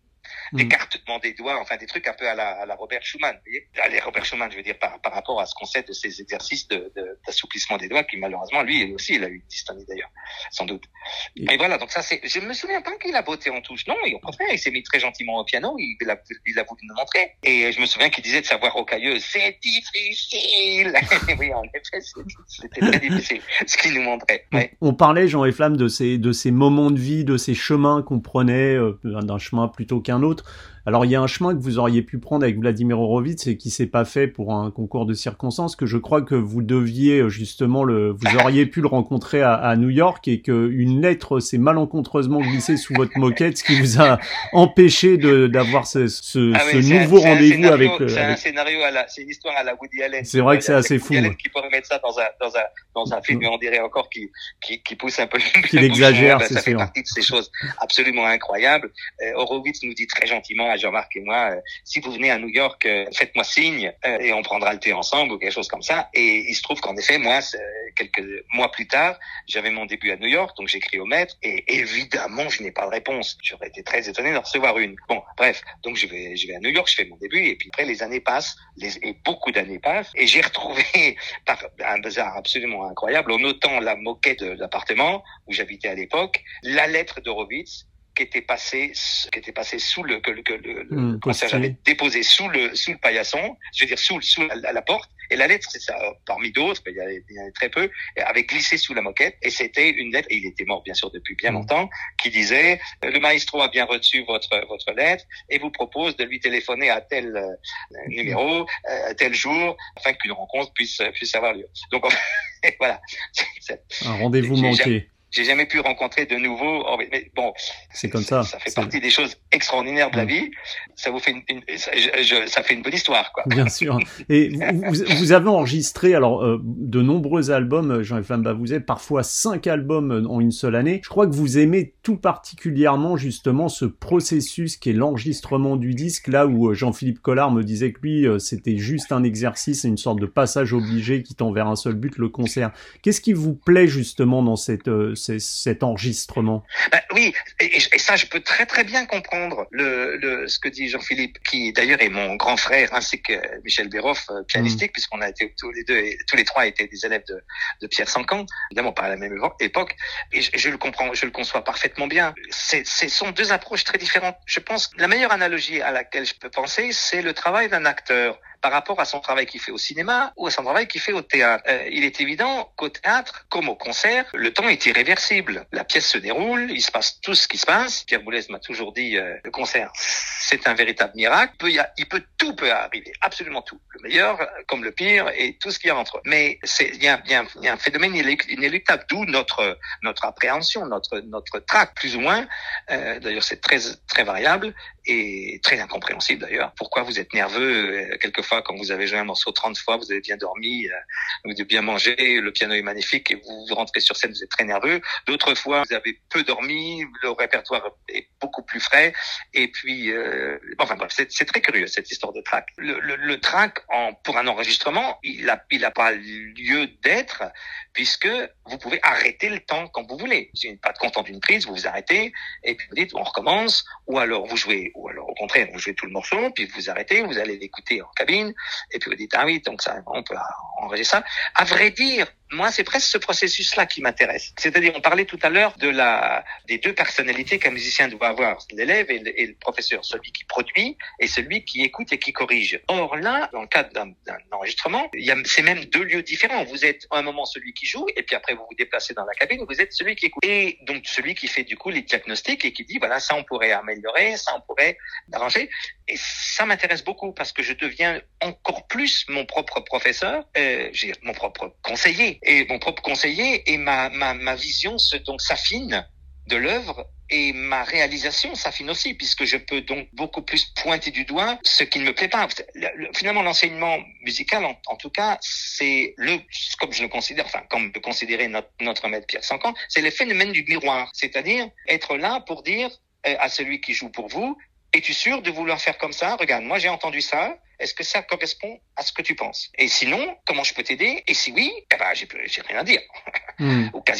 d'écartement des doigts, enfin des trucs un peu à la, à la Robert Schumann, vous voyez. Allez, Robert Schumann, je veux dire, par, par rapport à ce qu'on sait de ces exercices de, de, d'assouplissement des doigts, qui malheureusement, lui aussi, il a eu une dystonie d'ailleurs, sans doute. Et, et voilà, donc ça c'est, je me souviens pas qu'il a botté en touche, non, et au contraire, il s'est mis très gentiment au piano, il a, il a voulu nous montrer, et je me souviens qu'il disait de sa voix rocailleuse, c'est difficile. Oui, en effet, c'était très difficile, ce qu'il nous montrait. Ouais. On parlait, Jean Efflam, de ces, de ces moments de vie, de ces chemins qu'on prenait, euh, d'un chemin plutôt qu'un autre. Alors, il y a un chemin que vous auriez pu prendre avec Vladimir Horowitz et qui s'est pas fait pour un concours de circonstances, que je crois que vous deviez justement le, vous auriez pu le rencontrer à, à New York et que une lettre s'est malencontreusement glissée sous votre moquette, ce qui vous a empêché de, d'avoir ce, ce, ah ce oui, nouveau un, rendez-vous scénario, avec le, c'est avec... un scénario à la, c'est une histoire à la Woody Allen. C'est vrai que c'est assez fou. Woody Allen qui pourrait mettre ça dans un, dans un, dans un film, et on dirait encore qu'il, qu'il, qu'il pousse un peu le qu'il exagère, ben, c'est ça sûr. fait partie de ces choses absolument incroyables. Euh, Horowitz nous dit très gentiment à Jean-Marc et moi, euh, si vous venez à New York, euh, faites-moi signe euh, et on prendra le thé ensemble ou quelque chose comme ça. Et il se trouve qu'en effet, moi, quelques mois plus tard, j'avais mon début à New York, donc j'écris au maître et évidemment, je n'ai pas de réponse. J'aurais été très étonné d'en recevoir une. Bon, bref, donc je vais, je vais à New York, je fais mon début et puis après les années passent, les, et beaucoup d'années passent et j'ai retrouvé par un hasard absolument incroyable, en notant la moquette de l'appartement où j'habitais à l'époque, la lettre d'Horowitz qui était passée, qui était passée sous le, que, que le, le mmh, concierge avait déposé sous le, sous le paillasson, je veux dire sous, sous la, la porte, et la lettre, c'est ça, parmi d'autres, il y, avait, il y en avait très peu, avait glissé sous la moquette, et c'était une lettre, et il était mort bien sûr depuis bien longtemps, qui disait, le maestro a bien reçu votre, votre lettre, et vous propose de lui téléphoner à tel euh, numéro, euh, tel jour, afin qu'une rencontre puisse, puisse avoir lieu. Donc, voilà. C'est, un rendez-vous manqué. Jamais, J'ai jamais pu rencontrer de nouveau. Oh, mais, mais bon, c'est comme ça. Ça fait c'est... partie des choses extraordinaires de la vie. Ça vous fait une, une ça, je, je, ça fait une bonne histoire, quoi. Bien sûr. Et vous, vous avez enregistré alors euh, de nombreux albums, Jean-Efflam Bavouzet, parfois cinq albums en une seule année. Je crois que vous aimez tout particulièrement justement ce processus qui est l'enregistrement du disque, là où Jean-Philippe Collard me disait que lui, c'était juste un exercice, une sorte de passage obligé qui tend vers un seul but, le concert. Qu'est-ce qui vous plaît justement dans cette euh, C'est cet enregistrement. Ben, oui, et, et ça, je peux très très bien comprendre le, le ce que dit Jean-Philippe, qui d'ailleurs est mon grand frère, ainsi que Michel Béroff, pianistique, mmh. puisqu'on a été tous les deux, tous les trois étaient des élèves de, de Pierre Sancan, évidemment pas à la même époque, et je, je le comprends, je le conçois parfaitement bien. C'est, ce sont deux approches très différentes. Je pense que la meilleure analogie à laquelle je peux penser, c'est le travail d'un acteur par rapport à son travail qu'il fait au cinéma ou à son travail qu'il fait au théâtre. Euh, il est évident qu'au théâtre, comme au concert, le temps est irréversible. La pièce se déroule, il se passe tout ce qui se passe. Pierre Boulez m'a toujours dit, euh, le concert, c'est un véritable miracle. Il peut, y a, il peut, tout peut arriver, absolument tout. Le meilleur comme le pire et tout ce qu'il y a entre eux. Mais c'est, il y a, il y a, il y a un phénomène inéluctable, d'où notre, notre appréhension, notre, notre trac, plus ou moins. Euh, d'ailleurs, c'est très, très variable et très incompréhensible d'ailleurs. Pourquoi vous êtes nerveux euh, quelquefois quand vous avez joué un morceau trente fois, vous avez bien dormi, euh, vous avez bien mangé, le piano est magnifique et vous, vous rentrez sur scène, vous êtes très nerveux. D'autres fois, vous avez peu dormi, le répertoire est beaucoup plus frais et puis, euh, enfin bref, c'est, c'est très curieux cette histoire de track. Le, le, le track en, pour un enregistrement, il a, il a pas lieu d'être puisque vous pouvez arrêter le temps quand vous voulez. Si vous n'êtes pas content d'une prise, vous vous arrêtez et puis vous dites on recommence, ou alors vous jouez, ou alors au contraire vous jouez tout le morceau, puis vous arrêtez, vous allez l'écouter en cabine et puis vous dites ah oui donc ça on peut enregistrer ça. À vrai dire, moi, c'est presque ce processus-là qui m'intéresse. C'est-à-dire, on parlait tout à l'heure de la, des deux personnalités qu'un musicien doit avoir, l'élève et le, et le professeur, celui qui produit et celui qui écoute et qui corrige. Or là, dans le cadre d'un, d'un enregistrement, il y a, c'est même deux lieux différents. Vous êtes à un moment celui qui joue et puis après vous vous déplacez dans la cabine, vous êtes celui qui écoute. Et donc, celui qui fait du coup les diagnostics et qui dit, voilà, ça on pourrait améliorer, ça on pourrait arranger. Et ça m'intéresse beaucoup parce que je deviens encore plus mon propre professeur, euh, j'ai mon propre conseiller. Et mon propre conseiller et ma, ma, ma vision se, donc s'affine de l'œuvre et ma réalisation s'affine aussi puisque je peux donc beaucoup plus pointer du doigt ce qui ne me plaît pas. Le, le, finalement, l'enseignement musical, en, en tout cas, c'est le, comme je le considère, enfin, comme le considérait notre, notre maître Pierre Sancan, c'est le phénomène du miroir. C'est-à-dire être là pour dire euh, à celui qui joue pour vous, es-tu sûr de vouloir faire comme ça? Regarde, moi j'ai entendu ça. Est-ce que ça correspond à ce que tu penses? Et sinon, comment je peux t'aider? Et si oui, eh ben, j'ai, j'ai rien à dire. Mm. Ou quasiment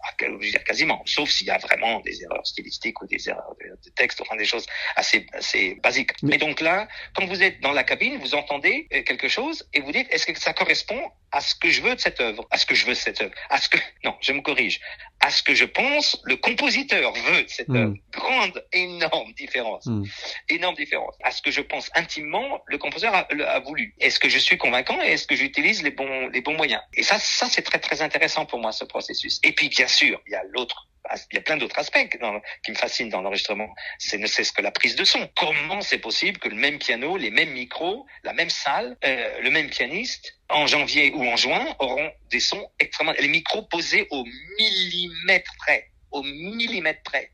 je veux dire quasiment, sauf s'il y a vraiment des erreurs stylistiques ou des erreurs de, de texte, enfin des choses assez assez basiques. Mais donc là, quand vous êtes dans la cabine, vous entendez quelque chose et vous dites, est-ce que ça correspond à ce que je veux de cette œuvre, à ce que je veux de cette œuvre, à ce que non, je me corrige, à ce que je pense le compositeur veut de cette mmh. œuvre. Grande, énorme différence, mmh. énorme différence. À ce que je pense intimement le compositeur a, a voulu. Est-ce que je suis convaincant et est-ce que j'utilise les bons les bons moyens? Et ça, ça c'est très très intéressant pour moi ce processus. Et puis bien sûr, il y a l'autre. Il y a plein d'autres aspects dans, qui me fascinent dans l'enregistrement. C'est ne cesse que la prise de son. Comment c'est possible que le même piano, les mêmes micros, la même salle, euh, le même pianiste, en janvier ou en juin, auront des sons extrêmement... Les micros posés au millimètre près. Au millimètre près.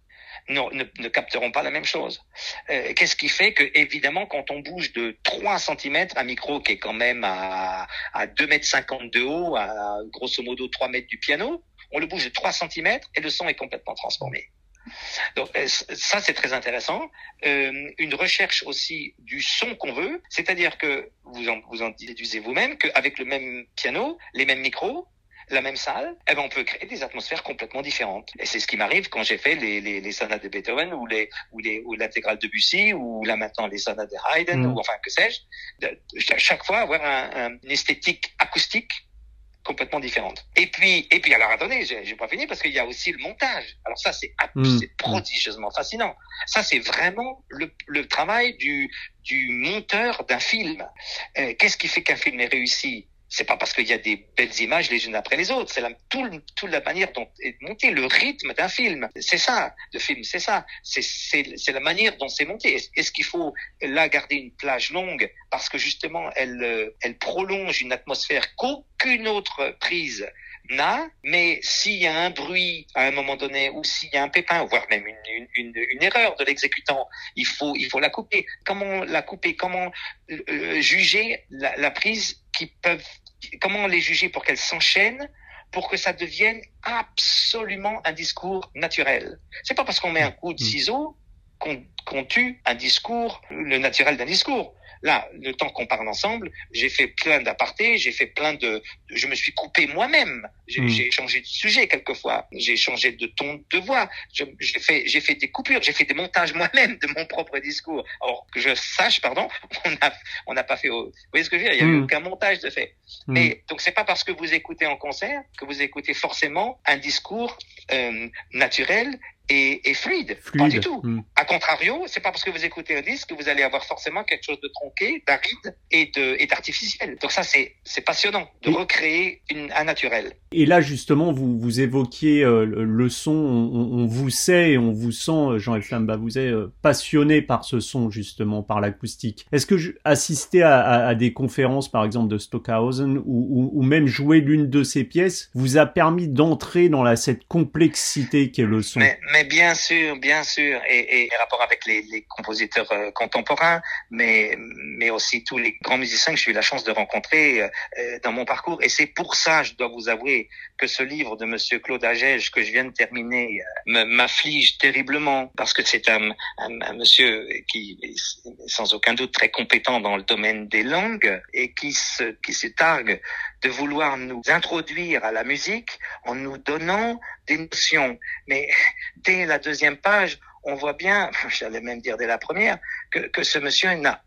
Non, ne, ne capteront pas la même chose. Euh, qu'est-ce qui fait que, évidemment, quand on bouge de trois centimètres, un micro qui est quand même à, à deux mètres cinquante de haut, à grosso modo trois mètres du piano, on le bouge de trois centimètres et le son est complètement transformé. Donc ça, c'est très intéressant. Euh, une recherche aussi du son qu'on veut, c'est-à-dire que vous en, vous en déduisez vous-même qu'avec le même piano, les mêmes micros, la même salle, eh ben on peut créer des atmosphères complètement différentes. Et c'est ce qui m'arrive quand j'ai fait les, les, les sonates de Beethoven ou les ou les ou l'intégrale de Debussy ou là maintenant les sonates de Haydn mmh. ou enfin que sais-je. De, de, chaque fois avoir un, un, une esthétique acoustique complètement différente. Et puis, et puis, alors attendez, j'ai, j'ai pas fini parce qu'il y a aussi le montage. Alors ça, c'est, mmh. c'est prodigieusement fascinant. Ça, c'est vraiment le, le travail du, du monteur d'un film. Euh, qu'est-ce qui fait qu'un film est réussi? C'est pas parce qu'il y a des belles images les unes après les autres. C'est la, tout, toute la manière dont est monté le rythme d'un film. C'est ça, le film, c'est ça. C'est, c'est, c'est la manière dont c'est monté. Est-ce, est-ce qu'il faut là garder une plage longue parce que justement elle, elle prolonge une atmosphère qu'aucune autre prise n'a, mais s'il y a un bruit à un moment donné ou s'il y a un pépin, voire même une, une, une, une erreur de l'exécutant, il faut, il faut la couper. Comment la couper? Comment euh, juger la, la prise qui peuvent, comment les juger pour qu'elles s'enchaînent, pour que ça devienne absolument un discours naturel. C'est pas parce qu'on met un coup de ciseau qu'on, qu'on tue un discours, le naturel d'un discours. Là, le temps qu'on parle ensemble, j'ai fait plein d'apartés, j'ai fait plein de, je me suis coupé moi-même. J'ai, mmh. j'ai changé de sujet quelquefois, j'ai changé de ton de voix. Je, j'ai fait, j'ai fait des coupures, j'ai fait des montages moi-même de mon propre discours. Alors que je sache, pardon, on a, on n'a pas fait. Au, vous voyez ce que je veux dire? Il n'y a mmh. eu aucun montage de fait. Mmh. Mais donc c'est pas parce que vous écoutez en concert que vous écoutez forcément un discours euh, naturel. Et, et fluide, fluide, pas du tout. Mm. A contrario, c'est pas parce que vous écoutez un disque que vous allez avoir forcément quelque chose de tronqué, d'aride et de et d'artificiel. Donc ça, c'est c'est passionnant de et, recréer une, un naturel. Et là, justement, vous vous évoquiez euh, le son. On, on vous sait, et on vous sent, Jean-Yves Flambach, vous êtes euh, passionné par ce son, justement, par l'acoustique. Est-ce que je, assister à, à, à des conférences, par exemple de Stockhausen, ou, ou, ou même jouer l'une de ses pièces, vous a permis d'entrer dans la cette complexité qu'est le son? Mais, mais bien sûr, bien sûr, et, et les rapports avec les, les compositeurs euh, contemporains, mais mais aussi tous les grands musiciens que j'ai eu la chance de rencontrer euh, dans mon parcours. Et c'est pour ça, je dois vous avouer, que ce livre de Monsieur Claude Agege que je viens de terminer euh, me, m'afflige terriblement, parce que c'est un, un, un monsieur qui est sans aucun doute très compétent dans le domaine des langues et qui se qui se targue de vouloir nous introduire à la musique en nous donnant des notions. Mais dès la deuxième page, on voit bien, j'allais même dire dès la première, que, que ce monsieur n'a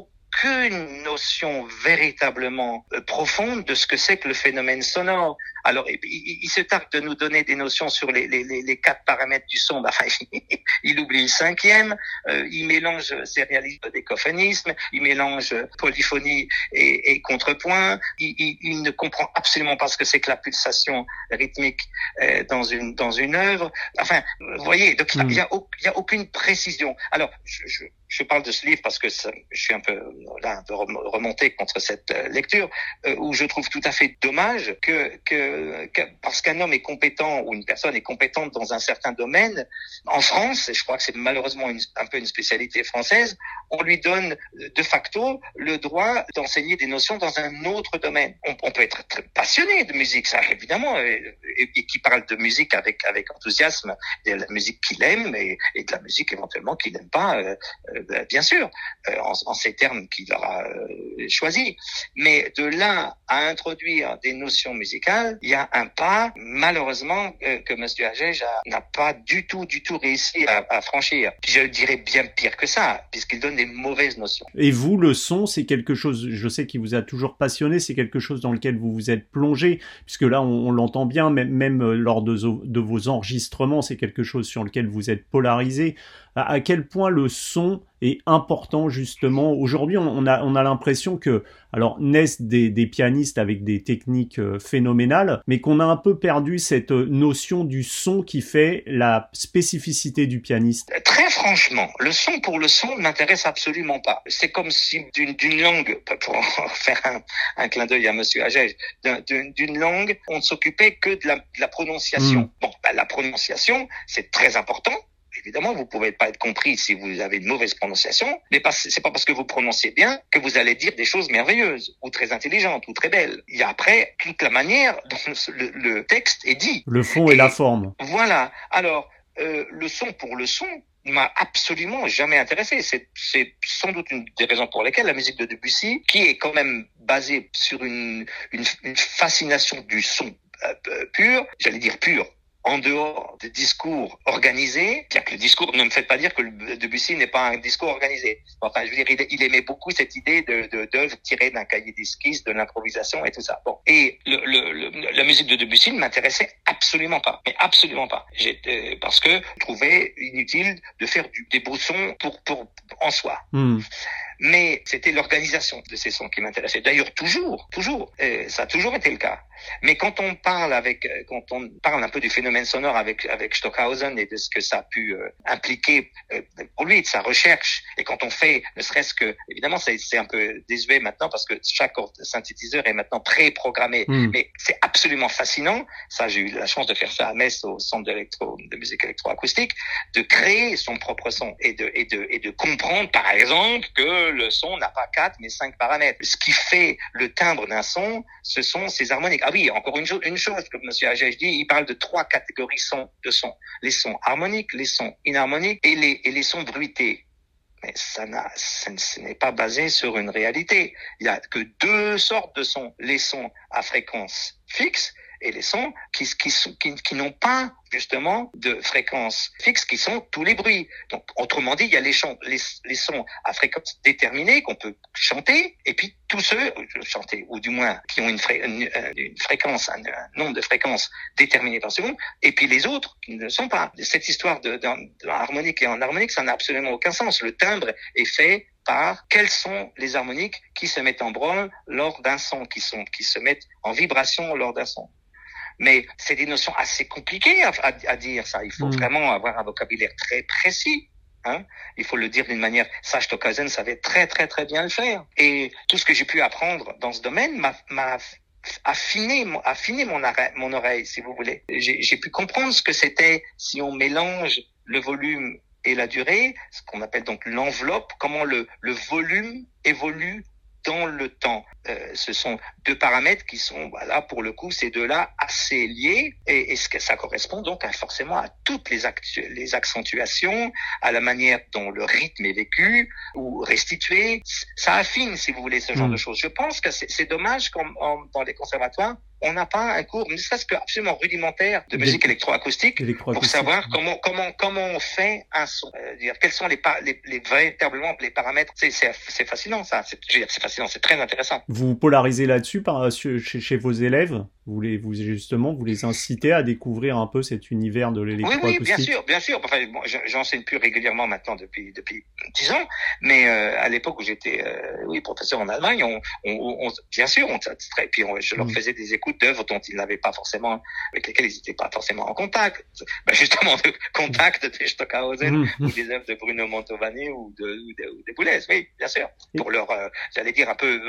aucune notion véritablement profonde de ce que c'est que le phénomène sonore. Alors, il, il, il se targue de nous donner des notions sur les, les, les, les quatre paramètres du son. Enfin, il oublie le cinquième. Euh, il mélange sérialisme, décophonisme. Il mélange polyphonie et, et contrepoint. Il, il, il ne comprend absolument pas ce que c'est que la pulsation rythmique euh, dans une dans une œuvre. Enfin, vous voyez, donc il y a, il y a aucune précision. Alors, je, je, je parle de ce livre parce que ça, je suis un peu là un peu remonté contre cette lecture euh, où je trouve tout à fait dommage que que Que, parce qu'un homme est compétent ou une personne est compétente dans un certain domaine, en France, et je crois que c'est malheureusement une, un peu une spécialité française, on lui donne de facto le droit d'enseigner des notions dans un autre domaine. On, on peut être très passionné de musique, ça évidemment, et, et, et qui parle de musique avec avec enthousiasme, de la musique qu'il aime et, et de la musique éventuellement qu'il n'aime pas, euh, euh, bien sûr, euh, en, en ces termes qu'il aura euh, choisi. Mais de là à introduire des notions musicales, il y a un pas, malheureusement, euh, que Monsieur Agege n'a pas du tout, du tout réussi à, à franchir. Je dirais bien pire que ça, puisqu'il donne des mauvaises notions. Et vous, le son, c'est quelque chose, je sais qu'il vous a toujours passionné, c'est quelque chose dans lequel vous vous êtes plongé, puisque là, on, on l'entend bien, même, même lors de, de vos enregistrements, c'est quelque chose sur lequel vous êtes polarisé. À, à quel point le son est important, justement. Aujourd'hui, on, on a, on a l'impression que, alors, naissent des, des pianistes avec des techniques euh, phénoménales, mais qu'on a un peu perdu cette notion du son qui fait la spécificité du pianiste. Très franchement, le son pour le son ne m'intéresse absolument pas. C'est comme si d'une, d'une langue, pour faire un, un clin d'œil à Monsieur Agege, d'une, d'une langue, on ne s'occupait que de la, de la prononciation. Mmh. Bon, ben, la prononciation, c'est très important. Évidemment, vous pouvez pas être compris si vous avez une mauvaise prononciation, mais pas, c'est pas parce que vous prononcez bien que vous allez dire des choses merveilleuses, ou très intelligentes, ou très belles. Il y a après toute la manière dont le, le texte est dit. Le fond et, et la forme. Voilà. Alors, euh, le son pour le son m'a absolument jamais intéressé. C'est, c'est sans doute une des raisons pour lesquelles la musique de Debussy, qui est quand même basée sur une, une, une fascination du son euh, pur, j'allais dire pur, en dehors des discours organisés, bien que le discours, ne me faites pas dire que le Debussy n'est pas un discours organisé. Enfin, je veux dire, il, il aimait beaucoup cette idée de, de, d'œuvre tirée d'un cahier d'esquisses, de l'improvisation et tout ça. Bon. Et le, le, le, la musique de Debussy ne m'intéressait absolument pas. Mais absolument pas. J'étais, parce que je trouvais inutile de faire du, des beaux sons pour, pour, en soi. Mm. Mais c'était l'organisation de ces sons qui m'intéressait. D'ailleurs, toujours, toujours, et ça a toujours été le cas. Mais quand on parle avec, quand on parle un peu du phénomène sonore avec avec Stockhausen et de ce que ça a pu euh, impliquer euh, pour lui, de sa recherche, et quand on fait, ne serait-ce que, évidemment, c'est, c'est un peu désuet maintenant parce que chaque synthétiseur est maintenant pré-programmé, mmh. mais c'est absolument fascinant. Ça, j'ai eu la chance de faire ça à Metz au centre d'électro, de musique électroacoustique, de créer son propre son et de et de et de comprendre, par exemple, que le son n'a pas quatre mais cinq paramètres. Ce qui fait le timbre d'un son, ce sont ses harmoniques. Ah oui, encore une chose, une chose que Monsieur Agege dit, il parle de trois catégories son, de sons. Les sons harmoniques, les sons inharmoniques et les, et les sons bruités. Mais ça n'a, ça, ce n'est pas basé sur une réalité. Il y a que deux sortes de sons. Les sons à fréquence fixe et les sons qui, qui, qui, qui n'ont pas justement de fréquence fixe, qui sont tous les bruits. Donc, autrement dit, il y a les, chants, les, les sons à fréquence déterminée qu'on peut chanter, et puis tous ceux chanter, ou du moins qui ont une, fré, une, une fréquence, un, un nombre de fréquences déterminées par seconde, et puis les autres qui ne le sont pas. Cette histoire de, de, de harmonique et en harmonique, ça n'a absolument aucun sens. Le timbre est fait par quels sont les harmoniques qui se mettent en branle lors d'un son, qui sont, qui se mettent en vibration lors d'un son. Mais c'est des notions assez compliquées à, à, à dire, ça. Il faut mmh. vraiment avoir un vocabulaire très précis. Hein. Il faut le dire d'une manière. Ça, Stockhausen savait très, très, très bien le faire. Et tout ce que j'ai pu apprendre dans ce domaine m'a, m'a affiné, affiné mon oreille, mon oreille, si vous voulez. J'ai, j'ai pu comprendre ce que c'était si on mélange le volume et la durée, ce qu'on appelle donc l'enveloppe, comment le, le volume évolue dans le temps. Euh, ce sont deux paramètres qui sont, voilà, pour le coup, ces deux-là assez liés, et, et ce que ça correspond donc à, forcément à toutes les, actu- les accentuations, à la manière dont le rythme est vécu ou restitué. Ça affine, si vous voulez, ce genre mmh. de choses. Je pense que c'est, c'est dommage qu'en dans les conservatoires, on n'a pas un cours, ne serait-ce que absolument rudimentaire, de musique électroacoustique, pour savoir comment comment comment on fait un son. Euh, dire quels sont les, pa- les, les véritablement les paramètres. C'est, c'est, c'est fascinant, ça. C'est, je veux dire, c'est fascinant, c'est très intéressant. Vous polarisez là-dessus par chez, chez vos élèves. Vous les vous justement vous les incitez à découvrir un peu cet univers de l'électroacoustique. Oui, oui, bien sûr, bien sûr. Enfin, bon, j'enseigne plus régulièrement maintenant depuis depuis dix ans, mais euh, à l'époque où j'étais euh, oui professeur en Allemagne, on, on, on bien sûr, on et puis on, je leur mmh. faisais des écoutes d'œuvres dont ils n'avaient pas forcément, avec lesquelles ils n'étaient pas forcément en contact. Ben justement, de contact de Stockhausen mmh. ou des œuvres de Bruno Mantovani ou de ou de, ou de Boulez, oui, bien sûr, pour leur, euh, j'allais dire un peu euh, décapsuler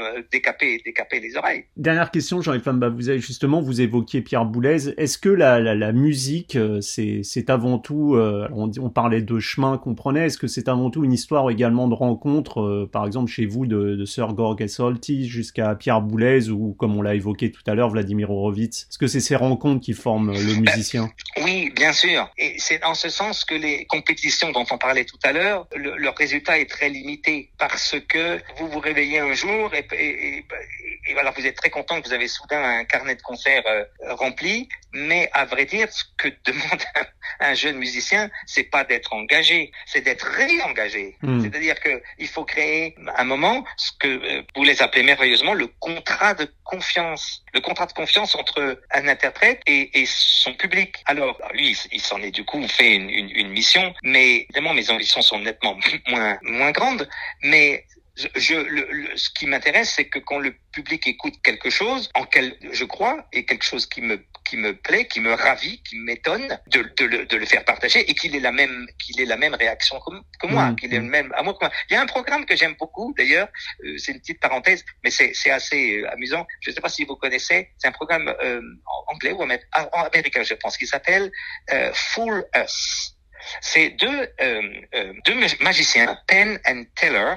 décaper, décaper les oreilles. Dernière question, Jean-Yves Famba, vous avez justement, vous évoquiez Pierre Boulez. Est-ce que la, la, la musique, c'est, c'est avant tout, euh, on, on parlait de chemin qu'on prenait, est-ce que c'est avant tout une histoire également de rencontres, euh, par exemple chez vous, de, de Sir George Solti jusqu'à Pierre Boulez ou, comme on l'a évoqué tout à l'heure, Vladimir Horowitz? Est-ce que c'est ces rencontres qui forment le musicien? Ben, oui, bien sûr. Et c'est en ce sens que les compétitions dont on parlait tout à l'heure, le, leur résultat est très limité parce que vous vous réveillez un jour et, et, et, et voilà, vous êtes très content que vous avez soudain un carnet de concerts euh, rempli, mais à vrai dire, ce que demande un, un jeune musicien, c'est pas d'être engagé, c'est d'être réengagé. Mmh. C'est-à-dire que il faut créer un moment, ce que euh, vous les appelez merveilleusement le contrat de confiance, le contrat de confiance entre un interprète et, et son public. Alors lui, il s'en est du coup fait une, une, une mission, mais évidemment mes ambitions sont nettement moins moins grandes, mais Je, je le, le, ce qui m'intéresse, c'est que quand le public écoute quelque chose en quel je crois et quelque chose qui me qui me plaît, qui me ravit, qui m'étonne, de, de, le, de le faire partager et qu'il ait la même qu'il ait la même réaction que, que moi, mmh. qu'il ait le même amour que moi. Il y a un programme que j'aime beaucoup, d'ailleurs, euh, c'est une petite parenthèse, mais c'est c'est assez euh, amusant. Je ne sais pas si vous connaissez, c'est un programme euh, en anglais ou en, en américain, je pense, qui s'appelle euh, Fool Us. C'est deux euh, euh, deux magiciens, Penn and Teller,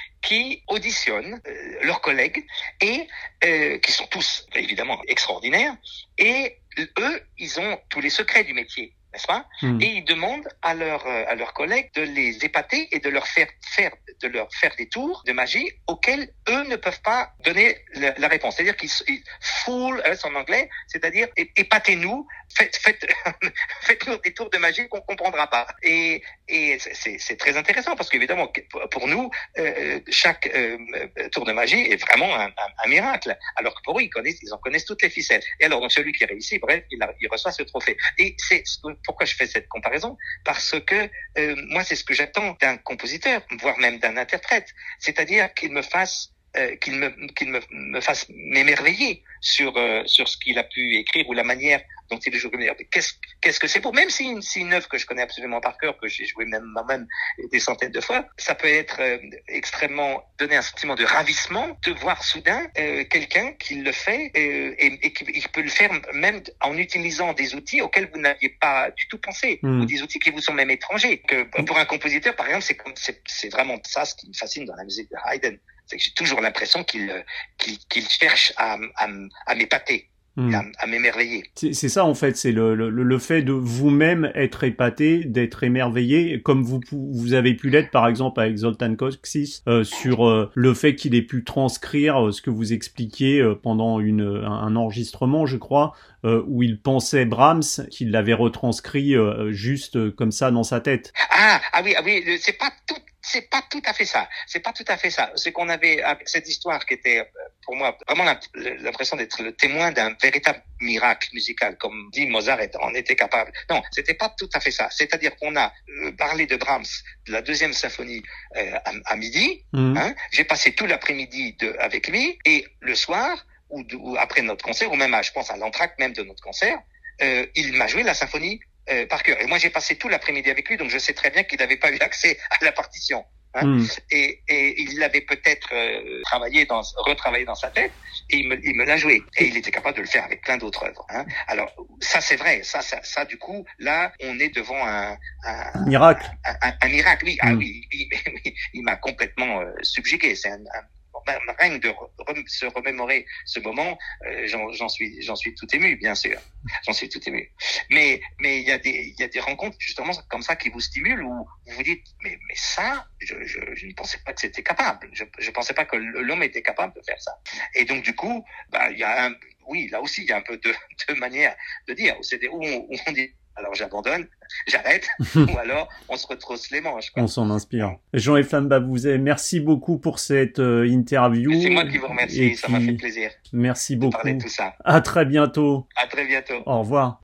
qui auditionnent euh, leurs collègues et euh, qui sont tous évidemment extraordinaires et eux ils ont tous les secrets du métier, n'est-ce pas? Mmh. Et ils demandent à leurs à leurs collègues de les épater et de leur faire faire de leur faire des tours de magie auxquels eux ne peuvent pas donner la, la réponse. C'est-à-dire qu'ils ils, fool us en anglais, c'est-à-dire épatez-nous, faites faites faites-nous des tours de magie qu'on comprendra pas. Et et c'est c'est très intéressant parce qu'évidemment pour nous euh, chaque euh, tour de magie est vraiment un, un, un miracle. Alors que pour eux ils connaissent ils en connaissent toutes les ficelles. Et alors donc celui qui réussit, bref, il, a, il reçoit ce trophée. Et c'est pourquoi je fais cette comparaison, parce que euh, moi c'est ce que j'attends d'un compositeur, voire même d'un interprète, c'est-à-dire qu'il me fasse euh, qu'il me qu'il me, me fasse m'émerveiller sur euh, sur ce qu'il a pu écrire ou la manière dont il joue. Qu'est-ce qu'est-ce que c'est pour même si une si une œuvre que je connais absolument par cœur, que j'ai joué même moi-même des centaines de fois, ça peut être euh, extrêmement donner un sentiment de ravissement de voir soudain euh, quelqu'un qui le fait euh, et, et qui il peut le faire même en utilisant des outils auxquels vous n'aviez pas du tout pensé mmh. ou des outils qui vous sont même étrangers. Que pour un compositeur, par exemple, c'est comme c'est c'est vraiment ça ce qui me fascine dans la musique de Haydn, c'est que j'ai toujours l'impression qu'il qu'il, qu'il cherche à, à, à m'épater. Mmh. À, à m'émerveiller. C'est, c'est ça en fait, c'est le, le, le fait de vous-même être épaté, d'être émerveillé, comme vous vous avez pu l'être par exemple avec Zoltán Košice, euh, sur euh, le fait qu'il ait pu transcrire euh, ce que vous expliquiez euh, pendant une, un, un enregistrement, je crois, euh, où il pensait Brahms, qu'il l'avait retranscrit euh, juste euh, comme ça dans sa tête. Ah, ah oui, ah oui, c'est pas tout. C'est pas tout à fait ça. C'est pas tout à fait ça. C'est qu'on avait, avec cette histoire qui était, pour moi, vraiment l'impression d'être le témoin d'un véritable miracle musical, comme dit Mozart en était capable. Non, c'était pas tout à fait ça. C'est-à-dire qu'on a euh, parlé de Brahms, de la deuxième symphonie euh, à, à midi. Mmh. Hein. J'ai passé tout l'après-midi de, avec lui et le soir, ou, ou après notre concert, ou même, à, je pense, à l'entracte même de notre concert, euh, il m'a joué la symphonie Euh, par cœur. Et moi, j'ai passé tout l'après-midi avec lui, donc je sais très bien qu'il n'avait pas eu accès à la partition. Hein. Mm. Et, et il l'avait peut-être euh, travaillé dans, retravaillé dans sa tête, et il me, il me l'a joué. Et il était capable de le faire avec plein d'autres œuvres. Hein. Alors, ça, c'est vrai. Ça, ça, ça, du coup, là, on est devant un, un, un miracle. Un, un, un miracle, oui. Mm. Ah oui, il, il, il m'a complètement euh, subjugué. C'est un, un rien de re- se remémorer ce moment, euh, j'en, j'en suis, j'en suis tout ému, bien sûr. J'en suis tout ému. Mais, mais il y a des, il y a des rencontres justement comme ça qui vous stimulent où vous vous dites, mais, mais ça, je, je, je ne pensais pas que c'était capable. Je, je pensais pas que l'homme était capable de faire ça. Et donc du coup, bah, il y a un, oui, là aussi, il y a un peu de, de manière de dire. C'est des, où, on, où on dit, alors j'abandonne, j'arrête, ou alors on se retrousse les manches. Quoi. On s'en inspire. Jean-Yves Famba, merci beaucoup pour cette euh, interview. C'est moi qui vous remercie, et ça qui... m'a fait plaisir. Merci beaucoup. De parler de tout ça. À très bientôt. À très bientôt. Au revoir.